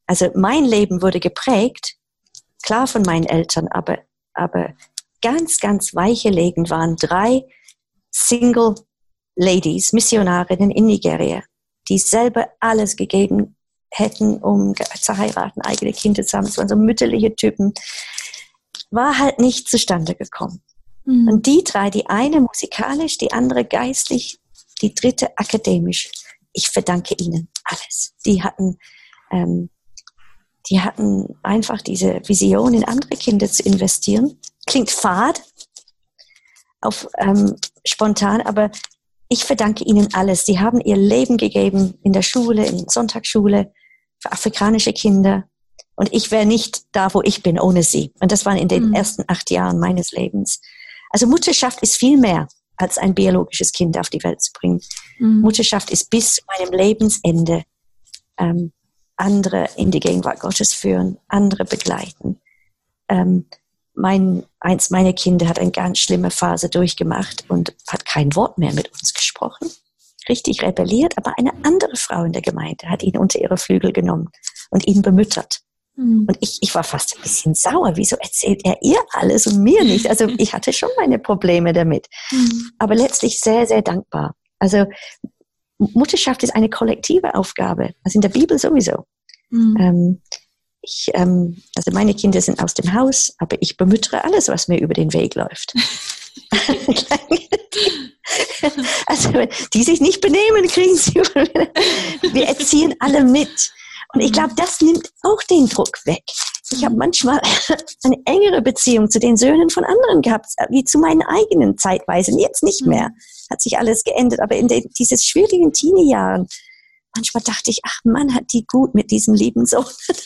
also mein Leben wurde geprägt, klar von meinen Eltern, aber, aber ganz, ganz weichelegend waren drei Single Ladies, Missionarinnen in Nigeria, die selber alles gegeben hätten, um zu heiraten, eigene Kinder zu haben. Das waren so mütterliche Typen. War halt nicht zustande gekommen. Mhm. Und die drei, die eine musikalisch, die andere geistlich, die dritte akademisch. Ich verdanke ihnen alles. Die hatten, ähm, die hatten einfach diese Vision, in andere Kinder zu investieren. Klingt fad, auf ähm, spontan, aber ich verdanke ihnen alles. Sie haben ihr Leben gegeben in der Schule, in der Sonntagsschule, für afrikanische Kinder. Und ich wäre nicht da, wo ich bin, ohne sie. Und das waren in den mhm. ersten acht Jahren meines Lebens. Also Mutterschaft ist viel mehr, als ein biologisches Kind auf die Welt zu bringen. Mhm. Mutterschaft ist bis zu meinem Lebensende ähm, andere in die Gegenwart Gottes führen, andere begleiten. Ähm, mein, eins meiner Kinder hat eine ganz schlimme Phase durchgemacht und hat kein Wort mehr mit uns gesprochen. Richtig rebelliert, aber eine andere Frau in der Gemeinde hat ihn unter ihre Flügel genommen und ihn bemüttert. Mhm. Und ich, ich war fast ein bisschen sauer. Wieso erzählt er ihr alles und mir nicht? Also ich hatte schon meine Probleme damit. Mhm. Aber letztlich sehr, sehr dankbar. Also Mutterschaft ist eine kollektive Aufgabe. Also in der Bibel sowieso. Mhm. Ähm, ich, ähm, also meine Kinder sind aus dem Haus, aber ich bemüttere alles, was mir über den Weg läuft. Also wenn die sich nicht benehmen, kriegen sie. Wir erziehen alle mit. Und ich glaube, das nimmt auch den Druck weg. Ich habe manchmal eine engere Beziehung zu den Söhnen von anderen gehabt, wie zu meinen eigenen zeitweise. Jetzt nicht mehr. Hat sich alles geändert. Aber in den, diesen schwierigen Teenie-Jahren, manchmal dachte ich, ach Mann, hat die gut mit diesem lieben Sohn.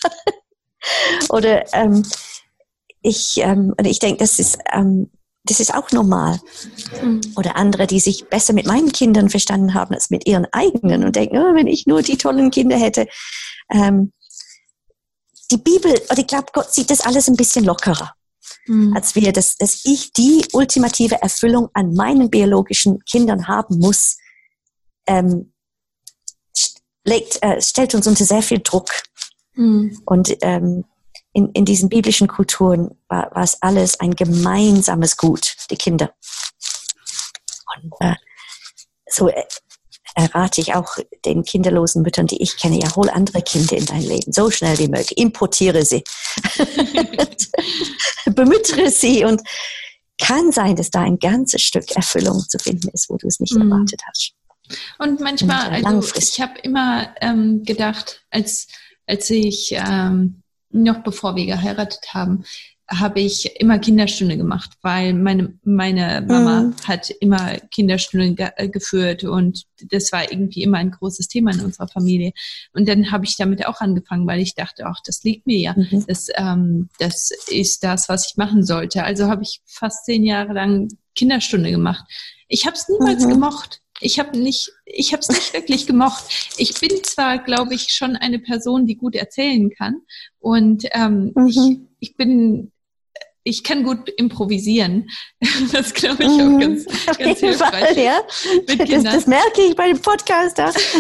Oder ähm, ich, ähm, und ich denke, das ist, ähm, das ist auch normal. Mhm. Oder andere, die sich besser mit meinen Kindern verstanden haben als mit ihren eigenen und denken, oh, wenn ich nur die tollen Kinder hätte. Ähm, die Bibel, oder ich glaube, Gott sieht das alles ein bisschen lockerer, mhm. als wir, dass, dass ich die ultimative Erfüllung an meinen biologischen Kindern haben muss, ähm, legt, äh, stellt uns unter sehr viel Druck. Mhm. Und ähm, in, in diesen biblischen Kulturen war, war es alles ein gemeinsames Gut, die Kinder. Und äh, so äh, errate ich auch den kinderlosen Müttern, die ich kenne, ja, hol andere Kinder in dein Leben, so schnell wie möglich, importiere sie, bemüttere sie und kann sein, dass da ein ganzes Stück Erfüllung zu finden ist, wo du es nicht mhm. erwartet hast. Und manchmal, und, äh, also ich habe immer ähm, gedacht, als als ich ähm, noch bevor wir geheiratet haben, habe ich immer Kinderstunde gemacht, weil meine meine Mama mhm. hat immer Kinderstunden ge- geführt und das war irgendwie immer ein großes Thema in unserer Familie. Und dann habe ich damit auch angefangen, weil ich dachte, ach, das liegt mir ja. Mhm. Das, ähm, das ist das, was ich machen sollte. Also habe ich fast zehn Jahre lang Kinderstunde gemacht. Ich habe es niemals mhm. gemocht. Ich habe nicht, ich habe es nicht wirklich gemocht. Ich bin zwar, glaube ich, schon eine Person, die gut erzählen kann und ähm, mhm. ich, ich bin Ich kann gut improvisieren. Das glaube ich auch ganz, Auf ganz jeden Fall, ja. Das, das merke ich bei dem Podcast.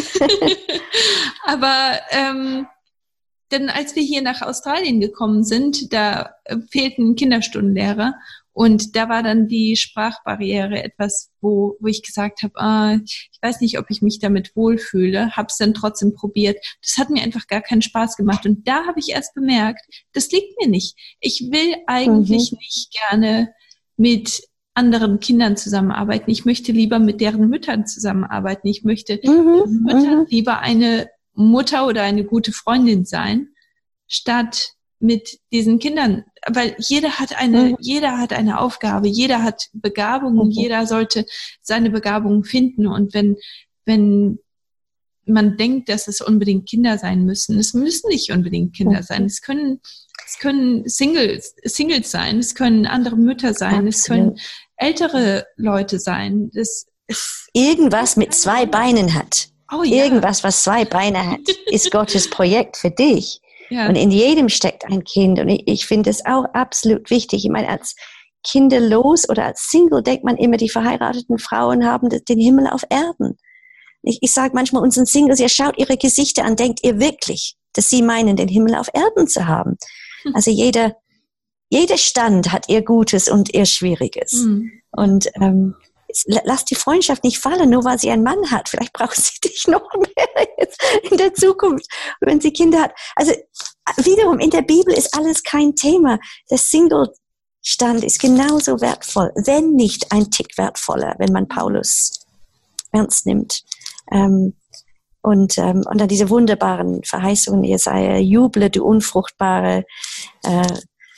Aber ähm, denn als wir hier nach Australien gekommen sind, da äh, fehlten Kinderstundenlehrer und da war dann die Sprachbarriere etwas, wo wo ich gesagt habe, ah, ich weiß nicht, ob ich mich damit wohlfühle, habe es dann trotzdem probiert. Das hat mir einfach gar keinen Spaß gemacht und da habe ich erst bemerkt, das liegt mir nicht. Ich will eigentlich mhm. nicht gerne mit anderen Kindern zusammenarbeiten. Ich möchte lieber mit deren Müttern zusammenarbeiten. Ich möchte mhm. Müttern mhm. lieber eine Mutter oder eine gute Freundin sein, statt mit diesen Kindern, weil jeder hat eine, mhm. jeder hat eine Aufgabe, jeder hat Begabungen, mhm. jeder sollte seine Begabungen finden und wenn, wenn man denkt, dass es unbedingt Kinder sein müssen, es müssen nicht unbedingt Kinder mhm. sein, es können, es können Singles, Singles sein, es können andere Mütter sein, Absolut. Es können ältere Leute sein, das ist irgendwas mit zwei Beinen hat. Oh, ja. Irgendwas, was zwei Beine hat, ist Gottes Projekt für dich. Ja. Und in jedem steckt ein Kind. Und ich, ich finde es auch absolut wichtig. Ich meine, als kinderlos oder als Single denkt man immer, die verheirateten Frauen haben den Himmel auf Erden. Ich, ich sage manchmal unseren Singles, ihr schaut ihre Gesichter an, denkt ihr wirklich, dass sie meinen, den Himmel auf Erden zu haben. Also jeder, jeder Stand hat ihr Gutes und ihr Schwieriges. Mhm. Und ähm, lass die Freundschaft nicht fallen, nur weil sie einen Mann hat. Vielleicht braucht sie dich noch mehr jetzt in der Zukunft, wenn sie Kinder hat. Also wiederum, in der Bibel ist alles kein Thema. Der Single-Stand ist genauso wertvoll, wenn nicht ein Tick wertvoller, wenn man Paulus ernst nimmt. Ähm, und, ähm, und dann diese wunderbaren Verheißungen, Jesaja, juble, du Unfruchtbare, äh,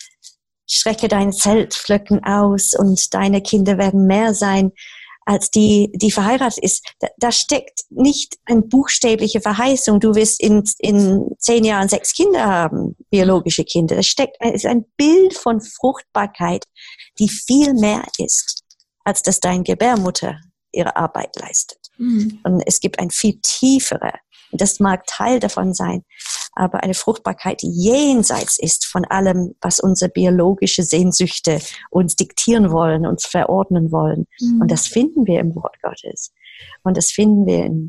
strecke deine Zeltflöcken aus und deine Kinder werden mehr sein als die, die verheiratet ist. Da, da steckt nicht eine buchstäbliche Verheißung, du wirst in, in zehn Jahren sechs Kinder haben, biologische Kinder. Das steckt, es ist ein Bild von Fruchtbarkeit, die viel mehr ist, als dass deine Gebärmutter ihre Arbeit leistet. Mhm. Und es gibt ein viel tiefere, das mag Teil davon sein, aber eine Fruchtbarkeit, die jenseits ist von allem, was unsere biologische Sehnsüchte uns diktieren wollen, uns verordnen wollen. Mhm. Und das finden wir im Wort Gottes. Und das finden wir in,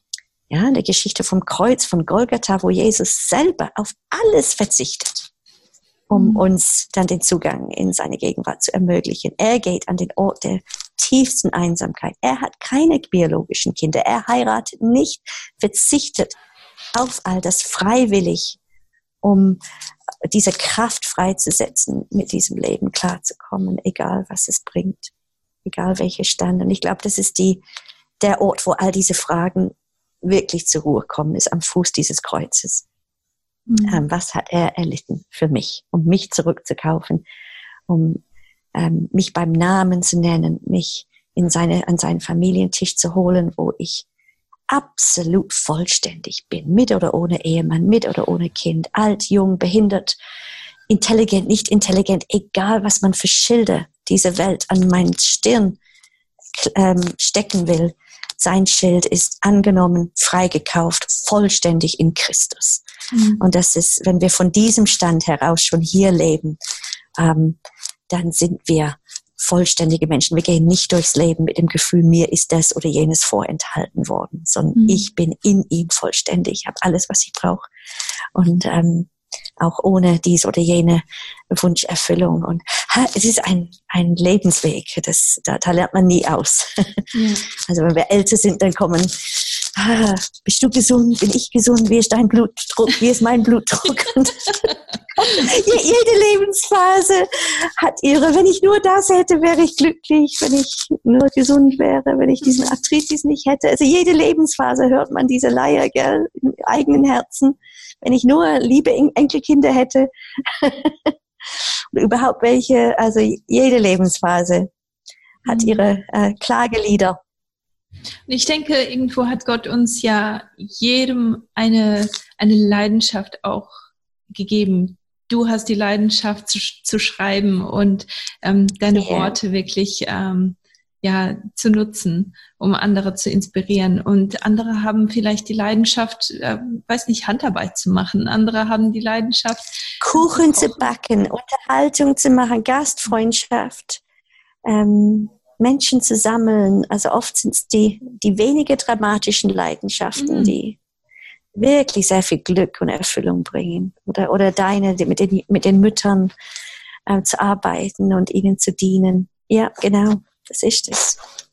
ja, in der Geschichte vom Kreuz, von Golgatha, wo Jesus selber auf alles verzichtet, um mhm. uns dann den Zugang in seine Gegenwart zu ermöglichen. Er geht an den Ort der tiefsten Einsamkeit. Er hat keine biologischen Kinder. Er heiratet nicht, verzichtet auf all das freiwillig, um diese Kraft freizusetzen, mit diesem Leben klarzukommen, egal was es bringt, egal welche Stand. Und ich glaube, das ist die, der Ort, wo all diese Fragen wirklich zur Ruhe kommen, ist am Fuß dieses Kreuzes. Mhm. Ähm, was hat er erlitten für mich, um mich zurückzukaufen, um ähm, mich beim Namen zu nennen, mich in seine, an seinen Familientisch zu holen, wo ich absolut vollständig bin, mit oder ohne Ehemann, mit oder ohne Kind, alt, jung, behindert, intelligent, nicht intelligent, egal was man für Schilder dieser Welt an meinen Stirn ähm, stecken will. Sein Schild ist angenommen, freigekauft, vollständig in Christus. Mhm. Und das ist, wenn wir von diesem Stand heraus schon hier leben, ähm, dann sind wir vollständige Menschen. Wir gehen nicht durchs Leben mit dem Gefühl, mir ist das oder jenes vorenthalten worden, sondern mhm. ich bin in ihm vollständig. Ich habe alles, was ich brauche. Und ähm, auch ohne dies oder jene Wunscherfüllung. Und ha, es ist ein, ein Lebensweg. Das, da, da lernt man nie aus. Ja. Also wenn wir älter sind, dann kommen, ah, bist du gesund? Bin ich gesund? Wie ist dein Blutdruck? Wie ist mein Blutdruck? Und jede Lebensphase hat ihre, wenn ich nur das hätte, wäre ich glücklich, wenn ich nur gesund wäre, wenn ich diesen Arthritis nicht hätte. Also jede Lebensphase hört man diese Leier, gell, im eigenen Herzen. Wenn ich nur liebe Enkelkinder hätte oder überhaupt welche, also jede Lebensphase hat ihre äh, Klagelieder. Ich denke, irgendwo hat Gott uns ja jedem eine, eine Leidenschaft auch gegeben. Du hast die Leidenschaft zu, zu schreiben und ähm, deine yeah. Worte wirklich ähm, ja zu nutzen, um andere zu inspirieren. Und andere haben vielleicht die Leidenschaft, äh, weiß nicht, Handarbeit zu machen. Andere haben die Leidenschaft, Kuchen zu, zu backen, Unterhaltung zu machen, Gastfreundschaft, ähm, Menschen zu sammeln. Also oft sind es die, die weniger dramatischen Leidenschaften, mhm. die wirklich sehr viel Glück und Erfüllung bringen. Oder, oder deine, mit den, mit den Müttern äh, zu arbeiten und ihnen zu dienen. Ja, genau, das ist es.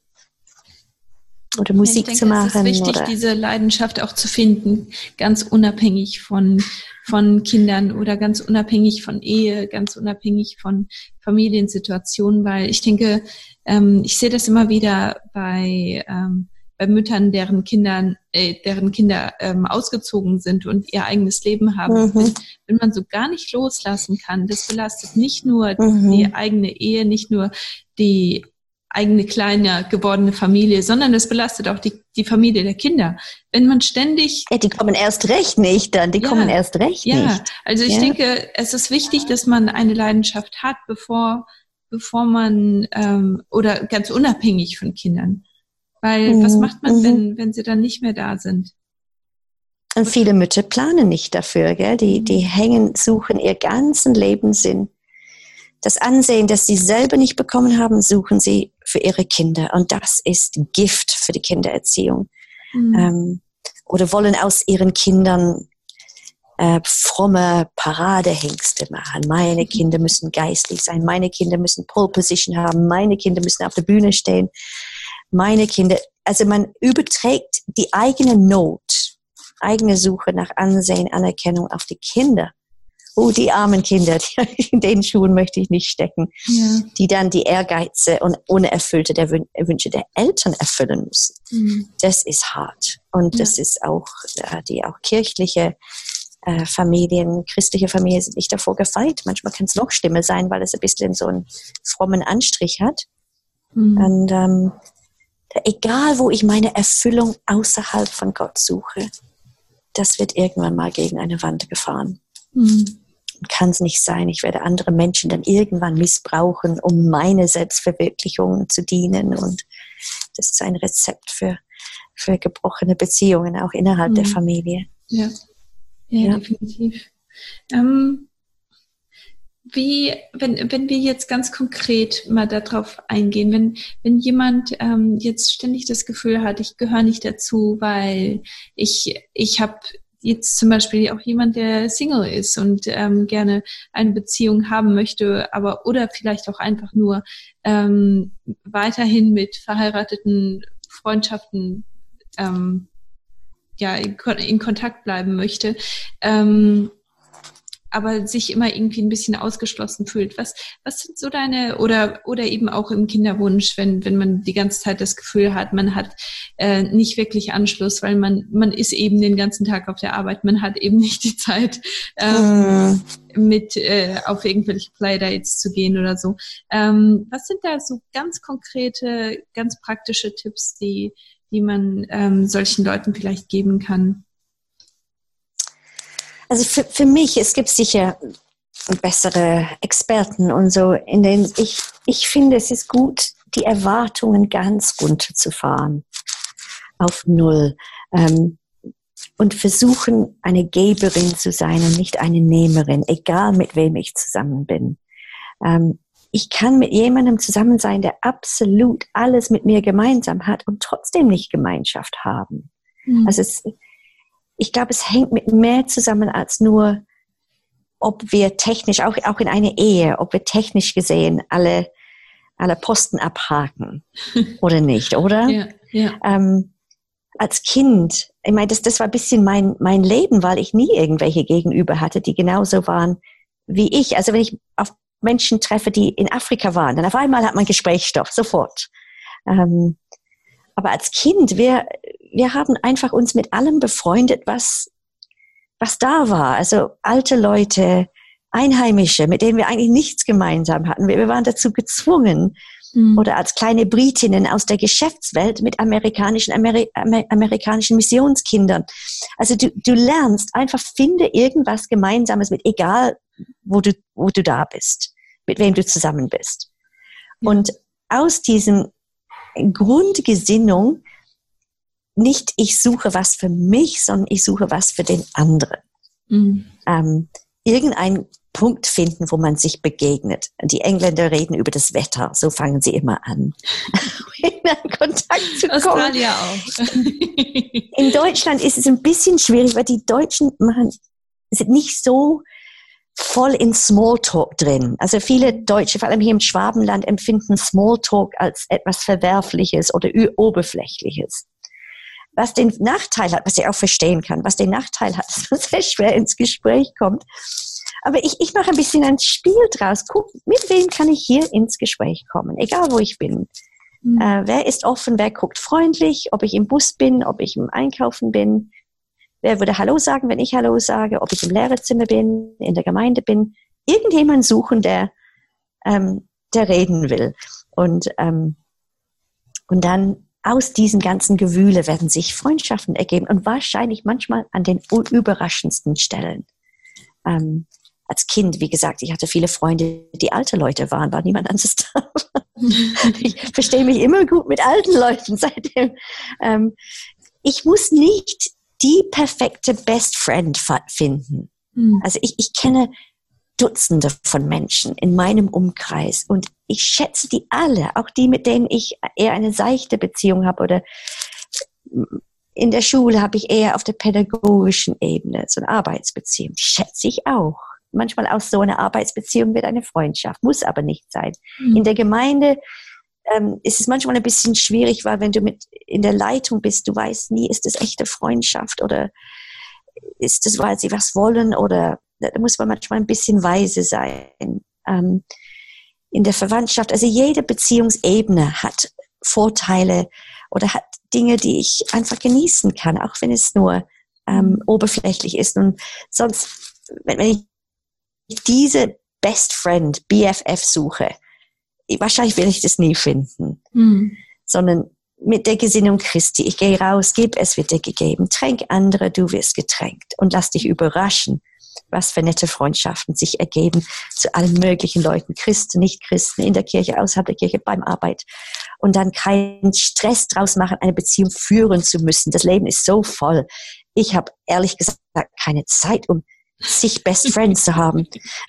Oder Musik ich denke, zu machen. Es ist wichtig, oder diese Leidenschaft auch zu finden, ganz unabhängig von, von Kindern oder ganz unabhängig von Ehe, ganz unabhängig von Familiensituationen, weil ich denke, ähm, ich sehe das immer wieder bei ähm, bei Müttern, deren Kindern, äh, deren Kinder ähm, ausgezogen sind und ihr eigenes Leben haben. Mhm. Wenn, wenn man so gar nicht loslassen kann, das belastet nicht nur mhm. die eigene Ehe, nicht nur die eigene kleine gewordene Familie, sondern es belastet auch die, die Familie der Kinder. Wenn man ständig... Ja, die kommen erst recht nicht dann, die ja, kommen erst recht ja. nicht. Also ich ja. denke, es ist wichtig, dass man eine Leidenschaft hat, bevor, bevor man, ähm, oder ganz unabhängig von Kindern. Weil, mhm. was macht man, mhm. wenn, wenn sie dann nicht mehr da sind? Und viele Mütter planen nicht dafür, gell? Die, die hängen, suchen ihr ganzen Lebenssinn. Das Ansehen, das sie selber nicht bekommen haben, suchen sie für ihre Kinder. Und das ist Gift für die Kindererziehung. Mhm. Ähm, oder wollen aus ihren Kindern äh, fromme Paradehengste machen. Meine Kinder müssen geistlich sein, meine Kinder müssen Pole Position haben, meine Kinder müssen auf der Bühne stehen, meine Kinder, also man überträgt die eigene Not, eigene Suche nach Ansehen, Anerkennung auf die Kinder. Oh, die armen Kinder, die, in den Schuhen möchte ich nicht stecken, ja. Die dann die Ehrgeize und unerfüllte der Wünsche der Eltern erfüllen müssen. Mhm. Das ist hart. Und ja. Das ist auch, äh, die auch kirchliche äh, Familien, christliche Familien sind nicht davor gefeit. Manchmal kann es noch schlimmer sein, weil es ein bisschen so einen frommen Anstrich hat. Mhm. Und ähm, egal, wo ich meine Erfüllung außerhalb von Gott suche, das wird irgendwann mal gegen eine Wand gefahren. Mhm. Kann es nicht sein. Ich werde andere Menschen dann irgendwann missbrauchen, um meine Selbstverwirklichung zu dienen. Und das ist ein Rezept für, für gebrochene Beziehungen, auch innerhalb mhm. der Familie. Ja, ja, ja. Definitiv. Ähm, wie, wenn, wenn wir jetzt ganz konkret mal darauf eingehen, wenn, wenn jemand ähm, jetzt ständig das Gefühl hat, ich gehöre nicht dazu, weil ich, ich habe jetzt zum Beispiel auch jemand, der Single ist und ähm, gerne eine Beziehung haben möchte, aber oder vielleicht auch einfach nur ähm, weiterhin mit verheirateten Freundschaften ähm, ja in, in Kontakt bleiben möchte, ähm, aber sich immer irgendwie ein bisschen ausgeschlossen fühlt. Was, was sind so deine, oder, oder eben auch im Kinderwunsch, wenn, wenn man die ganze Zeit das Gefühl hat, man hat äh, nicht wirklich Anschluss, weil man, man ist eben den ganzen Tag auf der Arbeit, man hat eben nicht die Zeit, ähm, mm. mit äh, auf irgendwelche Playdates zu gehen oder so. Ähm, was sind da so ganz konkrete, ganz praktische Tipps, die, die man ähm, solchen Leuten vielleicht geben kann? Also für, für mich, es gibt sicher bessere Experten und so, in denen ich, ich finde, es ist gut, die Erwartungen ganz runterzufahren auf Null ähm, und versuchen, eine Geberin zu sein und nicht eine Nehmerin, egal mit wem ich zusammen bin. Ähm, ich kann mit jemandem zusammen sein, der absolut alles mit mir gemeinsam hat und trotzdem nicht Gemeinschaft haben. Mhm. Also es Ich glaube, es hängt mit mehr zusammen als nur, ob wir technisch, auch, auch in einer Ehe, ob wir technisch gesehen alle, alle Posten abhaken oder nicht, oder? Ja, ja. Ähm, als Kind, ich meine, das, das war ein bisschen mein, mein Leben, weil ich nie irgendwelche Gegenüber hatte, die genauso waren wie ich. Also wenn ich auf Menschen treffe, die in Afrika waren, dann auf einmal hat man Gesprächsstoff, sofort. Ähm, aber als Kind, wir, wir haben einfach uns mit allem befreundet, was, was da war. Also alte Leute, Einheimische, mit denen wir eigentlich nichts gemeinsam hatten. Wir, wir waren dazu gezwungen. Mhm. Oder als kleine Britinnen aus der Geschäftswelt mit amerikanischen, Ameri- Amer- amerikanischen Missionskindern. Also du, du lernst einfach, finde irgendwas Gemeinsames mit, egal wo du, wo du da bist, mit wem du zusammen bist. Mhm. Und aus diesem Grundgesinnung, nicht ich suche was für mich, sondern ich suche was für den anderen. Mhm. Ähm, irgendeinen Punkt finden, wo man sich begegnet. Die Engländer reden über das Wetter, so fangen sie immer an. In Kontakt zu kommen. Australier auch. In Deutschland ist es ein bisschen schwierig, weil die Deutschen machen, sind nicht so voll in Smalltalk drin. Also viele Deutsche, vor allem hier im Schwabenland, empfinden Smalltalk als etwas Verwerfliches oder Oberflächliches. Was den Nachteil hat, was ich auch verstehen kann, was den Nachteil hat, dass man sehr schwer ins Gespräch kommt. Aber ich, ich mache ein bisschen ein Spiel draus. Guck, mit wem kann ich hier ins Gespräch kommen, egal wo ich bin. Mhm. Äh, wer ist offen, wer guckt freundlich, ob ich im Bus bin, ob ich im Einkaufen bin. Wer würde Hallo sagen, wenn ich Hallo sage, ob ich im Lehrerzimmer bin, in der Gemeinde bin. Irgendjemand suchen, der, ähm, der reden will. Und, ähm, und dann aus diesen ganzen Gewühle werden sich Freundschaften ergeben und wahrscheinlich manchmal an den überraschendsten Stellen. Ähm, als Kind, wie gesagt, ich hatte viele Freunde, die alte Leute waren, war niemand anderes da. Ich verstehe mich immer gut mit alten Leuten seitdem. Ähm, ich muss nicht die perfekte Best Friend finden. Mhm. Also ich, ich kenne Dutzende von Menschen in meinem Umkreis und ich schätze die alle, auch die, mit denen ich eher eine seichte Beziehung habe oder in der Schule habe ich eher auf der pädagogischen Ebene so eine Arbeitsbeziehung. Die schätze ich auch. Manchmal aus so einer Arbeitsbeziehung wird eine Freundschaft, muss aber nicht sein. Mhm. In der Gemeinde ähm, ist es manchmal ein bisschen schwierig, weil wenn du mit in der Leitung bist, du weißt nie, ist das echte Freundschaft oder ist das, weil sie was wollen, oder da muss man manchmal ein bisschen weise sein. Ähm, in der Verwandtschaft, also jede Beziehungsebene hat Vorteile oder hat Dinge, die ich einfach genießen kann, auch wenn es nur ähm, oberflächlich ist. Und sonst, wenn, wenn ich diese Best Friend, B F F suche, wahrscheinlich will ich das nie finden, mhm. sondern mit der Gesinnung Christi, ich gehe raus, gib, es wird dir gegeben, tränk andere, du wirst getränkt und lass dich überraschen, was für nette Freundschaften sich ergeben zu allen möglichen Leuten, Christen, Nicht-Christen, in der Kirche, außerhalb der Kirche, beim Arbeit. Und dann keinen Stress draus machen, eine Beziehung führen zu müssen. Das Leben ist so voll. Ich habe ehrlich gesagt keine Zeit, um zig Best Friends zu haben.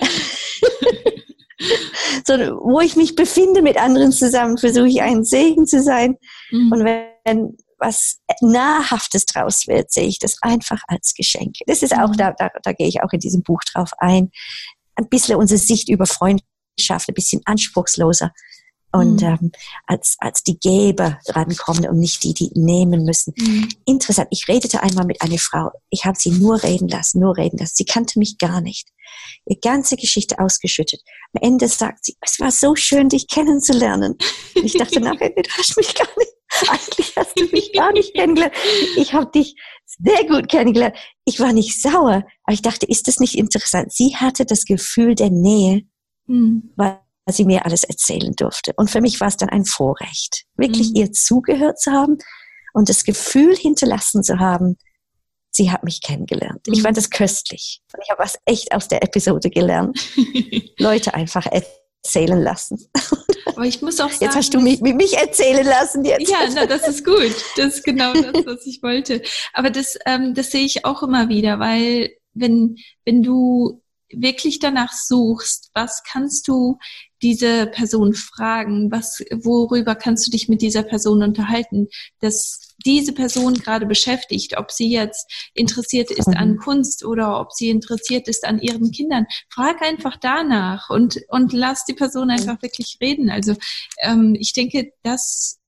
Sondern wo ich mich befinde mit anderen zusammen, versuche ich ein Segen zu sein. Mhm. Und wenn was Nahrhaftes draus wird, sehe ich das einfach als Geschenk. Das ist auch, da, da, da gehe ich auch in diesem Buch drauf ein. Ein bisschen unsere Sicht über Freundschaft, ein bisschen anspruchsloser. Und mhm. ähm, als, als die Geber rankommen und nicht die, die nehmen müssen. Mhm. Interessant, ich redete einmal mit einer Frau, ich habe sie nur reden lassen, nur reden lassen. Sie kannte mich gar nicht. Ihre ganze Geschichte ausgeschüttet. Am Ende sagt sie, es war so schön, dich kennenzulernen. Und ich dachte nachher, du hast mich gar nicht, eigentlich hast du mich gar nicht kennengelernt. Ich habe dich sehr gut kennengelernt. Ich war nicht sauer, aber ich dachte, ist das nicht interessant? Sie hatte das Gefühl der Nähe, mhm. weil sie mir alles erzählen durfte. Und für mich war es dann ein Vorrecht, wirklich mhm. ihr zugehört zu haben und das Gefühl hinterlassen zu haben, sie hat mich kennengelernt. Mhm. Ich fand das köstlich. Und ich habe was echt aus der Episode gelernt. Leute einfach erzählen lassen. Aber ich muss auch sagen, jetzt hast du mich, mich erzählen lassen. Jetzt. Ja, na, das ist gut. Das ist genau das, was ich wollte. Aber das, ähm, das sehe ich auch immer wieder, weil wenn, wenn du wirklich danach suchst, was kannst du diese Person fragen, was, worüber kannst du dich mit dieser Person unterhalten, dass diese Person gerade beschäftigt, ob sie jetzt interessiert ist mhm. an Kunst oder ob sie interessiert ist an ihren Kindern. Frag einfach danach und, und lass die Person einfach wirklich reden. Also ähm, ich denke, dass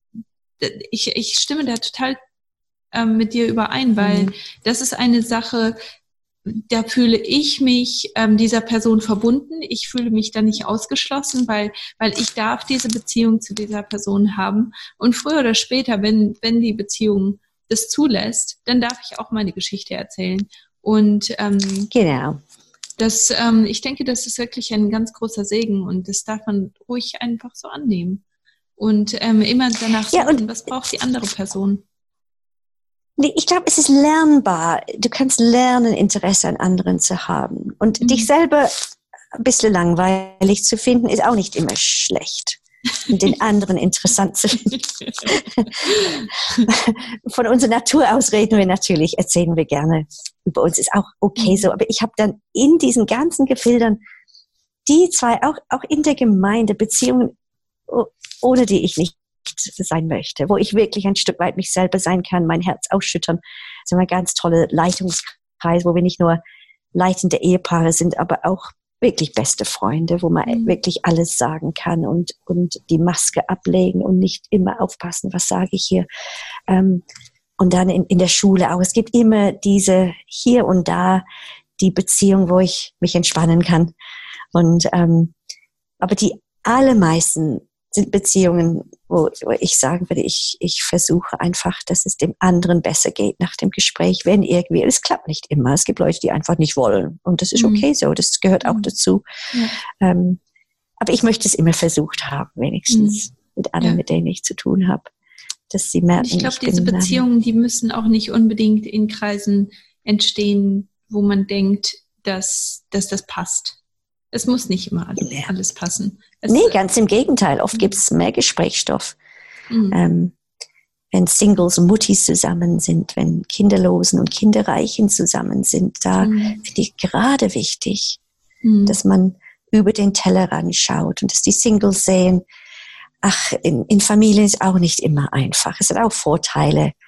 ich, ich stimme da total ähm, mit dir überein, weil mhm. das ist eine Sache, da fühle ich mich ähm, dieser Person verbunden. Ich fühle mich da nicht ausgeschlossen, weil weil ich darf diese Beziehung zu dieser Person haben. Und früher oder später, wenn wenn die Beziehung das zulässt, dann darf ich auch meine Geschichte erzählen. Und ähm, genau. Das, ähm, ich denke, das ist wirklich ein ganz großer Segen und das darf man ruhig einfach so annehmen. Und ähm, immer danach suchen, ja, und was braucht die andere Person? Ich glaube, es ist lernbar. Du kannst lernen, Interesse an anderen zu haben. Und mhm. dich selber ein bisschen langweilig zu finden, ist auch nicht immer schlecht. Und den anderen interessant zu finden. Von unserer Natur aus reden wir natürlich, erzählen wir gerne über uns, ist auch okay so. Aber ich habe dann in diesen ganzen Gefildern die zwei, auch, auch in der Gemeinde, Beziehungen, ohne die ich nicht sein möchte, wo ich wirklich ein Stück weit mich selber sein kann, mein Herz ausschüttern. Das ist ein ganz toller Leitungskreis, wo wir nicht nur leitende Ehepaare sind, aber auch wirklich beste Freunde, wo man mhm. wirklich alles sagen kann und, und die Maske ablegen und nicht immer aufpassen, was sage ich hier. Ähm, und dann in, in der Schule auch. Es gibt immer diese hier und da die Beziehung, wo ich mich entspannen kann. Und ähm, aber die allermeisten sind Beziehungen, wo, wo ich sagen würde, ich, ich versuche einfach, dass es dem anderen besser geht nach dem Gespräch, wenn irgendwie, es klappt nicht immer, es gibt Leute, die einfach nicht wollen und das ist mhm. okay so, das gehört auch dazu. Ja. Ähm, aber ich möchte es immer versucht haben, wenigstens mhm. mit allen, ja. mit denen ich zu tun habe, dass sie merken, ich glaube, diese Beziehungen, die müssen auch nicht unbedingt in Kreisen entstehen, wo man denkt, dass, dass das passt. Es muss nicht immer alles, ja. alles passen. Es nee, ganz im Gegenteil. Oft gibt es mehr Gesprächsstoff. Mhm. Ähm, wenn Singles und Muttis zusammen sind, wenn Kinderlosen und Kinderreichen zusammen sind, da mhm. finde ich gerade wichtig, mhm. dass man über den Tellerrand schaut und dass die Singles sehen, ach, in, in Familien ist auch nicht immer einfach. Es hat auch Vorteile,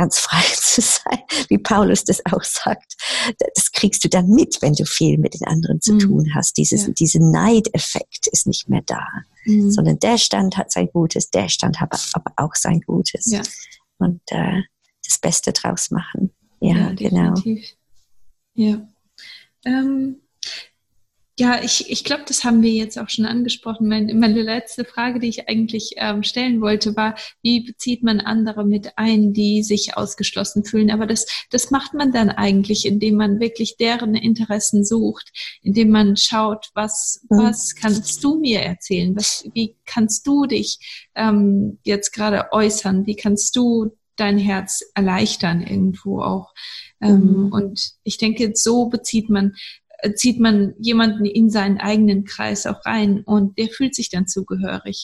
ganz frei zu sein, wie Paulus das auch sagt. Das kriegst du dann mit, wenn du viel mit den anderen zu mhm. tun hast. Dieses, ja. Dieser Neideffekt ist nicht mehr da, mhm. sondern der Stand hat sein Gutes, der Stand hat aber auch sein Gutes. Ja. Und äh, das Beste draus machen. Ja, ja genau. Definitiv. Ja. Ähm, ja, ich, ich glaube, das haben wir jetzt auch schon angesprochen. Meine, meine letzte Frage, die ich eigentlich ähm, stellen wollte, war, wie bezieht man andere mit ein, die sich ausgeschlossen fühlen? Aber das, das macht man dann eigentlich, indem man wirklich deren Interessen sucht, indem man schaut, was, mhm. was kannst du mir erzählen? Was, wie kannst du dich ähm, jetzt gerade äußern? Wie kannst du dein Herz erleichtern irgendwo auch? Ähm, mhm. Und ich denke, so bezieht man zieht man jemanden in seinen eigenen Kreis auch rein und der fühlt sich dann zugehörig.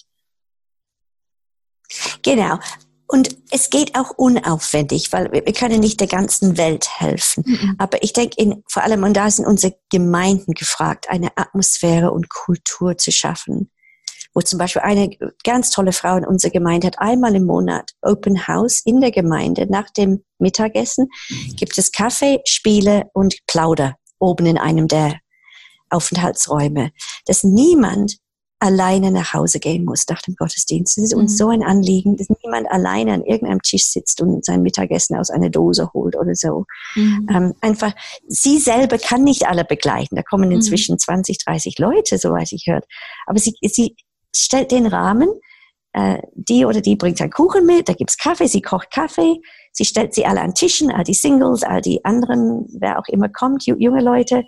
Genau. Und es geht auch unaufwendig, weil wir können nicht der ganzen Welt helfen. Mhm. Aber ich denke, in, vor allem, und da sind unsere Gemeinden gefragt, eine Atmosphäre und Kultur zu schaffen. Wo zum Beispiel eine ganz tolle Frau in unserer Gemeinde hat einmal im Monat Open House in der Gemeinde. Nach dem Mittagessen gibt es Kaffee, Spiele und Plauder oben in einem der Aufenthaltsräume, dass niemand alleine nach Hause gehen muss nach dem Gottesdienst. Es ist uns mhm. so ein Anliegen, dass niemand alleine an irgendeinem Tisch sitzt und sein Mittagessen aus einer Dose holt oder so. Mhm. Ähm, einfach, sie selber kann nicht alle begleiten. Da kommen inzwischen mhm. zwanzig, dreißig Leute, soweit ich hört. Aber sie, sie stellt den Rahmen. Äh, die oder die bringt einen Kuchen mit, da gibt's Kaffee, sie kocht Kaffee, sie stellt sie alle an Tischen, all die Singles, all die anderen, wer auch immer kommt, junge Leute,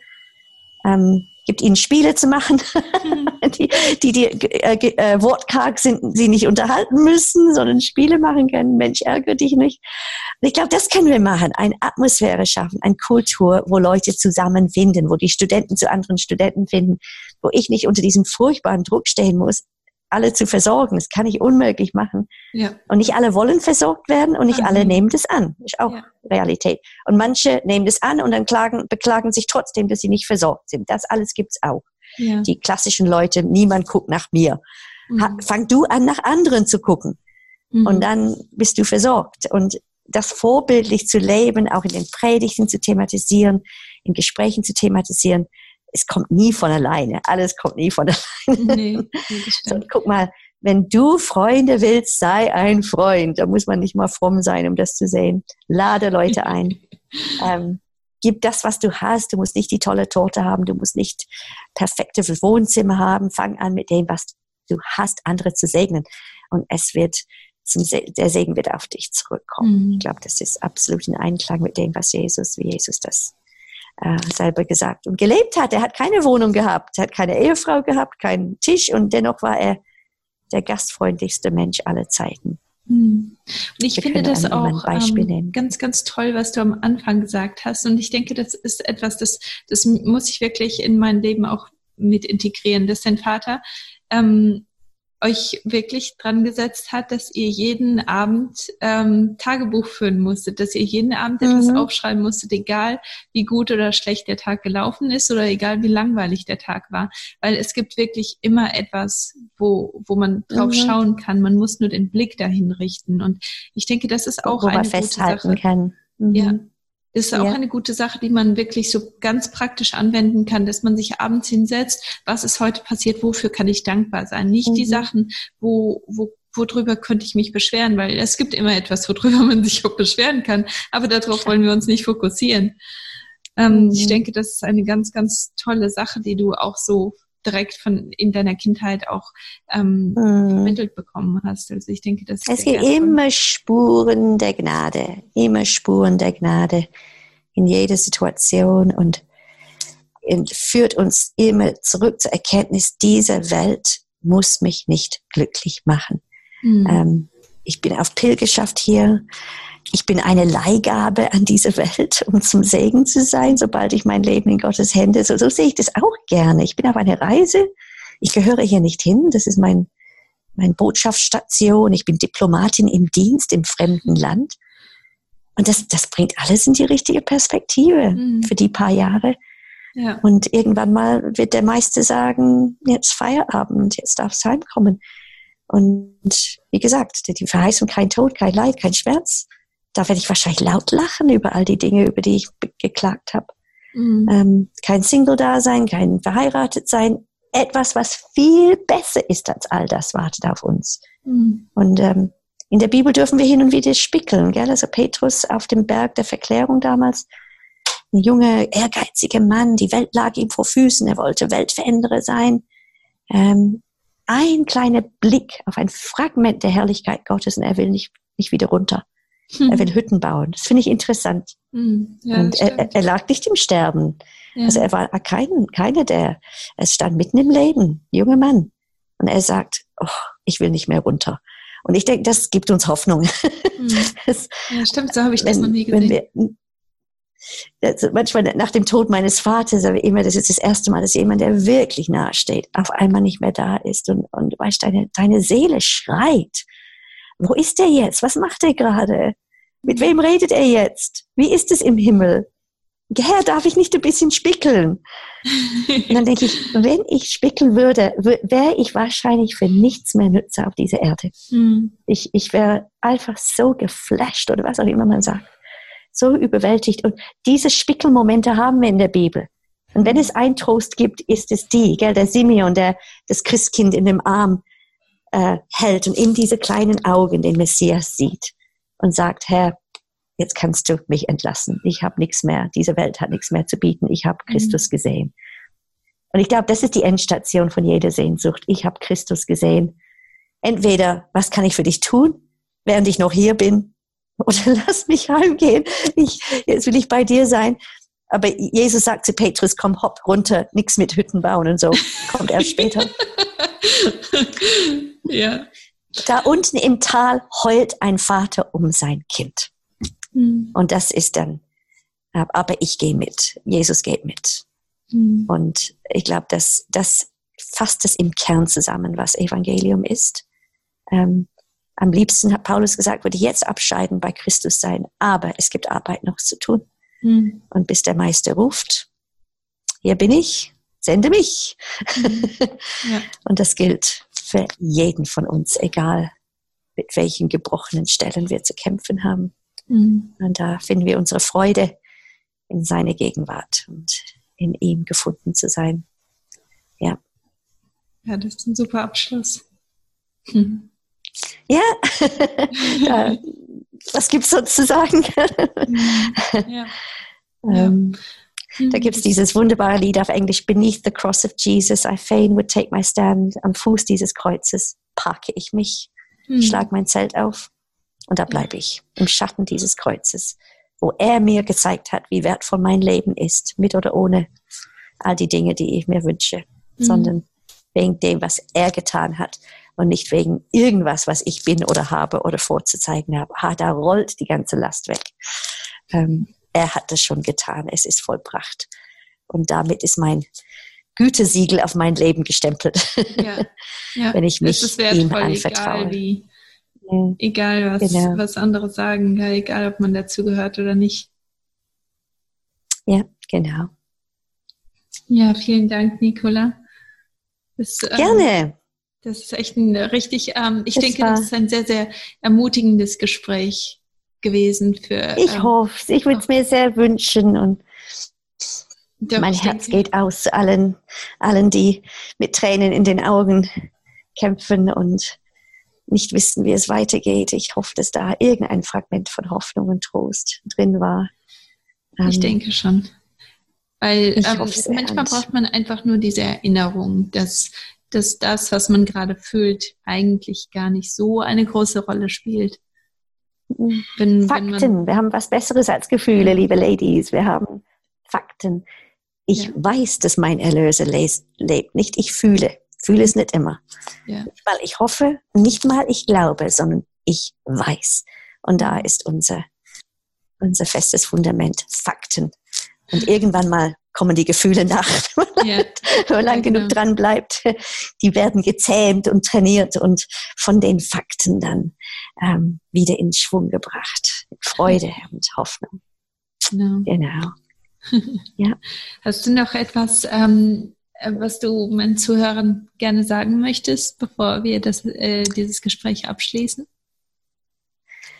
ähm, gibt ihnen Spiele zu machen, mhm. die, die, die äh, äh, wortkarg sind, sie nicht unterhalten müssen, sondern Spiele machen können. Mensch, ärgere dich nicht. Und ich glaube, das können wir machen, eine Atmosphäre schaffen, eine Kultur, wo Leute zusammenfinden, wo die Studenten zu anderen Studenten finden, wo ich nicht unter diesem furchtbaren Druck stehen muss, alle zu versorgen. Das kann ich unmöglich machen. Ja. Und nicht alle wollen versorgt werden und nicht mhm. alle nehmen das an. Das ist auch ja. Realität. Und manche nehmen das an und dann klagen, beklagen sich trotzdem, dass sie nicht versorgt sind. Das alles gibt's auch. Ja. Die klassischen Leute, niemand guckt nach mir. Mhm. Ha, fang du an, nach anderen zu gucken. Mhm. Und dann bist du versorgt. Und das vorbildlich zu leben, auch in den Predigten zu thematisieren, in Gesprächen zu thematisieren, es kommt nie von alleine. Alles kommt nie von alleine. Nee, so, guck mal, wenn du Freunde willst, sei ein Freund. Da muss man nicht mal fromm sein, um das zu sehen. Lade Leute ein. ähm, gib das, was du hast. Du musst nicht die tolle Torte haben. Du musst nicht perfekte Wohnzimmer haben. Fang an mit dem, was du hast, andere zu segnen. Und es wird zum Se- der Segen wird auf dich zurückkommen. Mhm. Ich glaube, das ist absolut in Einklang mit dem, was Jesus, wie Jesus das Äh, selber gesagt und gelebt hat. Er hat keine Wohnung gehabt, er hat keine Ehefrau gehabt, keinen Tisch und dennoch war er der gastfreundlichste Mensch aller Zeiten. Und ich Wir finde das auch ähm, ganz, ganz toll, was du am Anfang gesagt hast. Und ich denke, das ist etwas, das, das muss ich wirklich in mein Leben auch mit integrieren, dass dein Vater ähm, euch wirklich dran gesetzt hat, dass ihr jeden Abend ähm, Tagebuch führen musstet, dass ihr jeden Abend mhm. etwas aufschreiben musstet, egal wie gut oder schlecht der Tag gelaufen ist oder egal wie langweilig der Tag war. Weil es gibt wirklich immer etwas, wo wo man drauf mhm. schauen kann. Man muss nur den Blick dahin richten. Und ich denke, das ist auch wo eine man gute festhalten Sache. Kann. Mhm. Ja. Das ist auch ja. eine gute Sache, die man wirklich so ganz praktisch anwenden kann, dass man sich abends hinsetzt, was ist heute passiert, wofür kann ich dankbar sein? Nicht mhm. die Sachen, wo, wo, worüber könnte ich mich beschweren, weil es gibt immer etwas, worüber man sich auch beschweren kann, aber darauf wollen wir uns nicht fokussieren. Ähm, mhm. Ich denke, das ist eine ganz, ganz tolle Sache, die du auch so direkt von in deiner Kindheit auch ähm, mhm. vermittelt bekommen hast. Also ich denke, das ist Es gibt immer Spuren der Gnade, immer Spuren der Gnade in jeder Situation und führt uns immer zurück zur Erkenntnis, diese Welt muss mich nicht glücklich machen. Mhm. Ähm, ich bin auf Pilgerschaft hier. Ich bin eine Leihgabe an diese Welt, um zum Segen zu sein, sobald ich mein Leben in Gottes Hände, so, so sehe ich das auch gerne. Ich bin auf einer Reise. Ich gehöre hier nicht hin. Das ist mein, mein Botschaftsstation. Ich bin Diplomatin im Dienst im fremden Land. Und das, das bringt alles in die richtige Perspektive mhm. für die paar Jahre. Ja. Und irgendwann mal wird der Meister sagen, jetzt Feierabend, jetzt darf's heimkommen. Und wie gesagt, die Verheißung, kein Tod, kein Leid, kein Schmerz. da werde ich wahrscheinlich laut lachen über all die Dinge, über die ich be- geklagt habe. Mhm. Ähm, kein Single-Dasein, kein Verheiratet-Sein. Etwas, was viel besser ist als all das, wartet auf uns. Mhm. Und ähm, in der Bibel dürfen wir hin und wieder spickeln. Gell? Also Petrus auf dem Berg der Verklärung damals, ein junger, ehrgeiziger Mann, die Welt lag ihm vor Füßen, er wollte Weltveränderer sein. Ähm, ein kleiner Blick auf ein Fragment der Herrlichkeit Gottes und er will nicht, nicht wieder runter. Hm. Er will Hütten bauen. Das finde ich interessant. Hm. Ja, und er, er lag nicht im Sterben. Ja. Also er war kein, keiner, der, es stand mitten im Leben, junger Mann. Und er sagt, oh, ich will nicht mehr runter. Und ich denke, das gibt uns Hoffnung. Hm. Das, ja, stimmt, so habe ich das wenn, noch nie gesehen. Wir, also manchmal nach dem Tod meines Vaters, aber immer, das ist das erste Mal, dass jemand, der wirklich nahe steht, auf einmal nicht mehr da ist und, und weißt, deine, deine Seele schreit. Wo ist er jetzt? Was macht er gerade? Mit wem redet er jetzt? Wie ist es im Himmel? Herr, darf ich nicht ein bisschen spickeln? Und dann denke ich, wenn ich spickeln würde, wäre ich wahrscheinlich für nichts mehr Nütze auf dieser Erde. Mhm. Ich, ich wäre einfach so geflasht oder was auch immer man sagt. So überwältigt. Und diese Spickelmomente haben wir in der Bibel. Und wenn es einen Trost gibt, ist es die, gell, der Simeon, der das Christkind in dem Arm äh, hält und in diese kleinen Augen den Messias sieht und sagt, Herr, jetzt kannst du mich entlassen. Ich habe nichts mehr. Diese Welt hat nichts mehr zu bieten. Ich habe Christus mhm. gesehen. Und ich glaube, das ist die Endstation von jeder Sehnsucht. Ich habe Christus gesehen. Entweder, was kann ich für dich tun, während ich noch hier bin? Oder lass mich heimgehen. Ich, jetzt will ich bei dir sein. Aber Jesus sagt zu Petrus, komm, hopp, runter, nichts mit Hütten bauen und so. Kommt erst später. Ja. Da unten im Tal heult ein Vater um sein Kind. Mhm. Und das ist dann, aber ich gehe mit. Jesus geht mit. Mhm. Und ich glaube, dass das fasst es im Kern zusammen, was Evangelium ist. Ähm, Am liebsten, hat Paulus gesagt, würde ich jetzt abscheiden, bei Christus sein. Aber es gibt Arbeit noch zu tun. Mhm. Und bis der Meister ruft, hier bin ich, sende mich. Mhm. Ja. Und das gilt für jeden von uns, egal mit welchen gebrochenen Stellen wir zu kämpfen haben. Mhm. Und da finden wir unsere Freude in seiner Gegenwart und in ihm gefunden zu sein. Ja. Ja, das ist ein super Abschluss. Mhm. Ja, ja, was gibt's sonst zu sagen? Ja. ähm, ja. Da gibt's dieses wunderbare Lied auf Englisch, Beneath the cross of Jesus, I fain would take my stand. Am Fuß dieses Kreuzes parke ich mich, hm. schlag mein Zelt auf und da bleibe ja. ich im Schatten dieses Kreuzes, wo er mir gezeigt hat, wie wertvoll mein Leben ist, mit oder ohne all die Dinge, die ich mir wünsche, hm. sondern wegen dem, was er getan hat. Und nicht wegen irgendwas, was ich bin oder habe oder vorzuzeigen habe. Ah, da rollt die ganze Last weg. Ähm, er hat das schon getan. Es ist vollbracht. Und damit ist mein Gütesiegel auf mein Leben gestempelt. Ja, ja. Wenn ich mich wertvoll, ihm anvertraue. Egal, wie, ja. egal was, genau. was andere sagen, egal ob man dazugehört oder nicht. Ja, genau. Ja, vielen Dank, Nicola. Das, Gerne. Ähm, Das ist echt ein richtig, ähm, ich das denke, das ist ein sehr, sehr ermutigendes Gespräch gewesen für. Ich ähm, hoffe, ich würde es mir sehr wünschen und doch, mein Herz denke, geht aus zu allen, allen, die mit Tränen in den Augen kämpfen und nicht wissen, wie es weitergeht. Ich hoffe, dass da irgendein Fragment von Hoffnung und Trost drin war. Ich ähm, denke schon. Weil ähm, manchmal ernst. braucht man einfach nur diese Erinnerung, dass dass das, was man gerade fühlt, eigentlich gar nicht so eine große Rolle spielt. Wenn, Fakten, wenn man, wir haben was Besseres als Gefühle, liebe Ladies. Wir haben Fakten. Ich ja. weiß, dass mein Erlöser lebt, nicht ich fühle. Fühle es nicht immer. Ja. Nicht mal ich hoffe, nicht mal ich glaube, sondern ich weiß. Und da ist unser, unser festes Fundament, Fakten. Und irgendwann mal kommen die Gefühle nach, wenn man, ja. wenn man lang ja, genau. genug dran bleibt. Die werden gezähmt und trainiert und von den Fakten dann ähm, wieder in Schwung gebracht. Mit Freude und Hoffnung. Genau. genau. Ja. Hast du noch etwas, ähm, was du meinen Zuhörern gerne sagen möchtest, bevor wir das, äh, dieses Gespräch abschließen?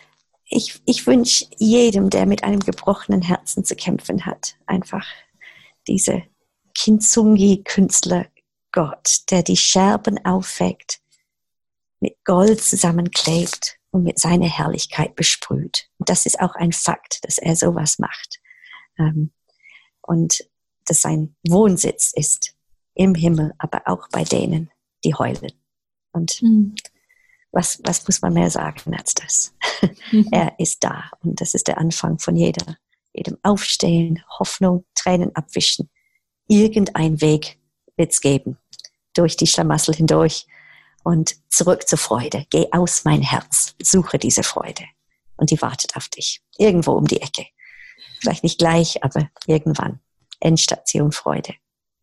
ich, ich wünsche jedem, der mit einem gebrochenen Herzen zu kämpfen hat, einfach diese Kintsugi-Künstler Gott, der die Scherben aufweckt, mit Gold zusammenklebt und mit seiner Herrlichkeit besprüht. Und das ist auch ein Fakt, dass er sowas macht. Ähm, und dass sein Wohnsitz ist im Himmel, aber auch bei denen, die heulen. Und mhm. was, was muss man mehr sagen als das? Mhm. Er ist da und das ist der Anfang von jeder, jedem Aufstehen, Hoffnung, Tränen abwischen. Irgendein Weg wird's geben, durch die Schlamassel hindurch und zurück zur Freude. Geh aus mein Herz, suche diese Freude und die wartet auf dich, irgendwo um die Ecke. Vielleicht nicht gleich, aber irgendwann. Endstation Freude.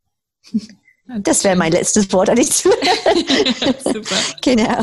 Das wäre mein letztes Wort an dich zu. Super. Genau.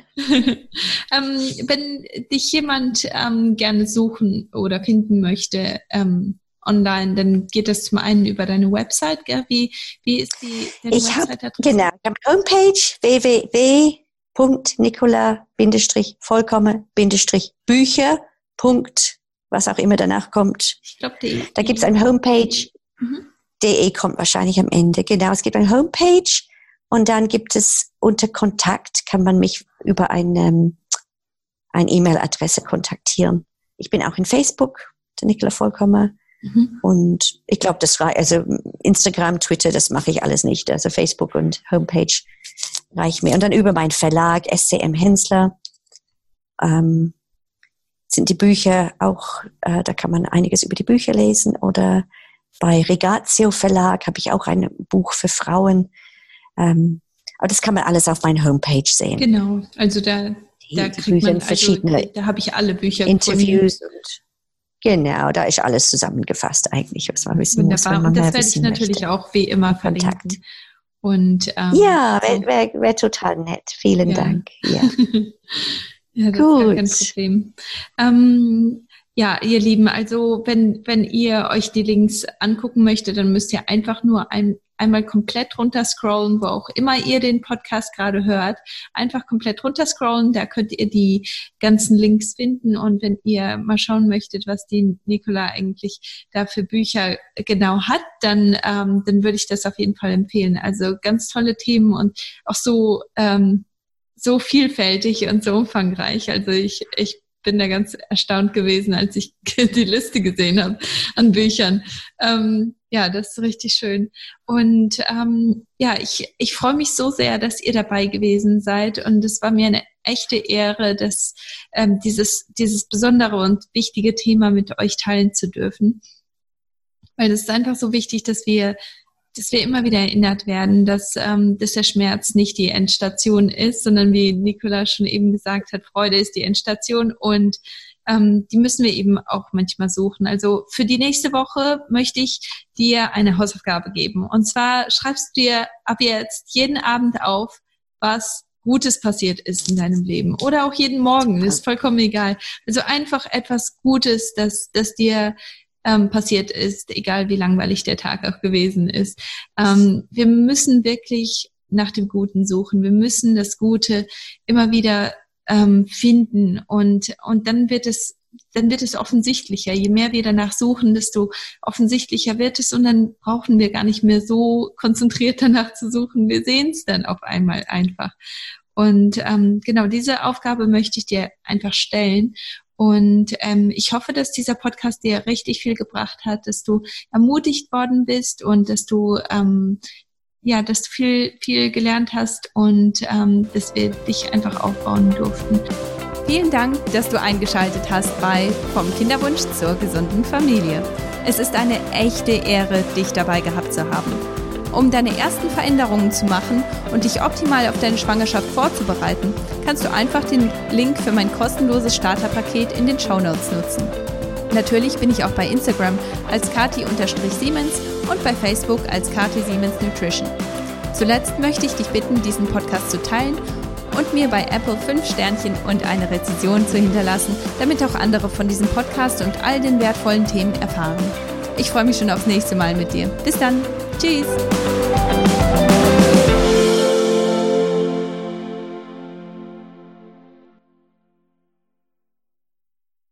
ähm, wenn dich jemand ähm, gerne suchen oder finden möchte ähm, online, dann geht das zum einen über deine Website. Gell? Wie, wie ist die deine ich Website? Hab, genau, ich habe eine Homepage w w w punkt nicola vollkommen bücher. Was auch immer danach kommt. Ich glaube, die. Da gibt es eine Homepage. Mhm. De kommt wahrscheinlich am Ende. Genau, es gibt eine Homepage und dann gibt es unter Kontakt, kann man mich über eine, eine E-Mail-Adresse kontaktieren. Ich bin auch in Facebook, der Nicola Vollkommen. Mhm. Und ich glaube, das war, also Instagram, Twitter, das mache ich alles nicht. Also Facebook und Homepage reicht mir. Und dann über meinen Verlag, S C M Hensler, ähm, sind die Bücher auch, äh, da kann man einiges über die Bücher lesen. Oder bei Regatio Verlag habe ich auch ein Buch für Frauen. Ähm, aber das kann man alles auf meiner Homepage sehen. Genau, also da, da kriegt man, also, da habe ich alle Bücher Interviews gefunden. Und genau, da ist alles zusammengefasst eigentlich, was man wissen Wunderbar. muss. Wenn man und das mehr werde ich natürlich möchte. Auch wie immer verlinken. Kontakt. Und, ähm, ja, wäre wär, wär total nett. Vielen ja. Dank. Ja, ja das gut. ist kein Problem. Ähm, ja, ihr Lieben, also wenn wenn ihr euch die Links angucken möchtet, dann müsst ihr einfach nur ein, einmal komplett runterscrollen, wo auch immer ihr den Podcast gerade hört. Einfach komplett runterscrollen, da könnt ihr die ganzen Links finden. Und wenn ihr mal schauen möchtet, was die Nicola eigentlich da für Bücher genau hat, dann ähm, dann würde ich das auf jeden Fall empfehlen. Also ganz tolle Themen und auch so ähm, so vielfältig und so umfangreich. Also ich ich bin da ganz erstaunt gewesen, als ich die Liste gesehen habe an Büchern. Ähm, ja, das ist richtig schön. Und ähm, ja, ich, ich freue mich so sehr, dass ihr dabei gewesen seid. Und es war mir eine echte Ehre, dass ähm, dieses, dieses besondere und wichtige Thema mit euch teilen zu dürfen. Weil es ist einfach so wichtig, dass wir dass wir immer wieder erinnert werden, dass, ähm, dass der Schmerz nicht die Endstation ist, sondern wie Nicola schon eben gesagt hat, Freude ist die Endstation und ähm, die müssen wir eben auch manchmal suchen. Also für die nächste Woche möchte ich dir eine Hausaufgabe geben. Und zwar schreibst du dir ab jetzt jeden Abend auf, was Gutes passiert ist in deinem Leben oder auch jeden Morgen, ist vollkommen egal. Also einfach etwas Gutes, das, das dir Ähm, passiert ist, egal wie langweilig der Tag auch gewesen ist. Ähm, wir müssen wirklich nach dem Guten suchen. Wir müssen das Gute immer wieder ähm, finden und und dann wird es dann wird es offensichtlicher. Je mehr wir danach suchen, desto offensichtlicher wird es und dann brauchen wir gar nicht mehr so konzentriert danach zu suchen. Wir sehen es dann auf einmal einfach. Und ähm, genau diese Aufgabe möchte ich dir einfach stellen. Und ähm, ich hoffe, dass dieser Podcast dir richtig viel gebracht hat, dass du ermutigt worden bist und dass du ähm, ja, dass du viel viel gelernt hast und ähm, dass wir dich einfach aufbauen durften. Vielen Dank, dass du eingeschaltet hast bei Vom Kinderwunsch zur gesunden Familie. Es ist eine echte Ehre, dich dabei gehabt zu haben. Um deine ersten Veränderungen zu machen und dich optimal auf deine Schwangerschaft vorzubereiten, kannst du einfach den Link für mein kostenloses Starterpaket in den Shownotes nutzen. Natürlich bin ich auch bei Instagram als Kathi-Siemens und bei Facebook als Kathi Siemens Nutrition. Zuletzt möchte ich dich bitten, diesen Podcast zu teilen und mir bei Apple fünf Sternchen und eine Rezension zu hinterlassen, damit auch andere von diesem Podcast und all den wertvollen Themen erfahren. Ich freue mich schon aufs nächste Mal mit dir. Bis dann. Tschüss.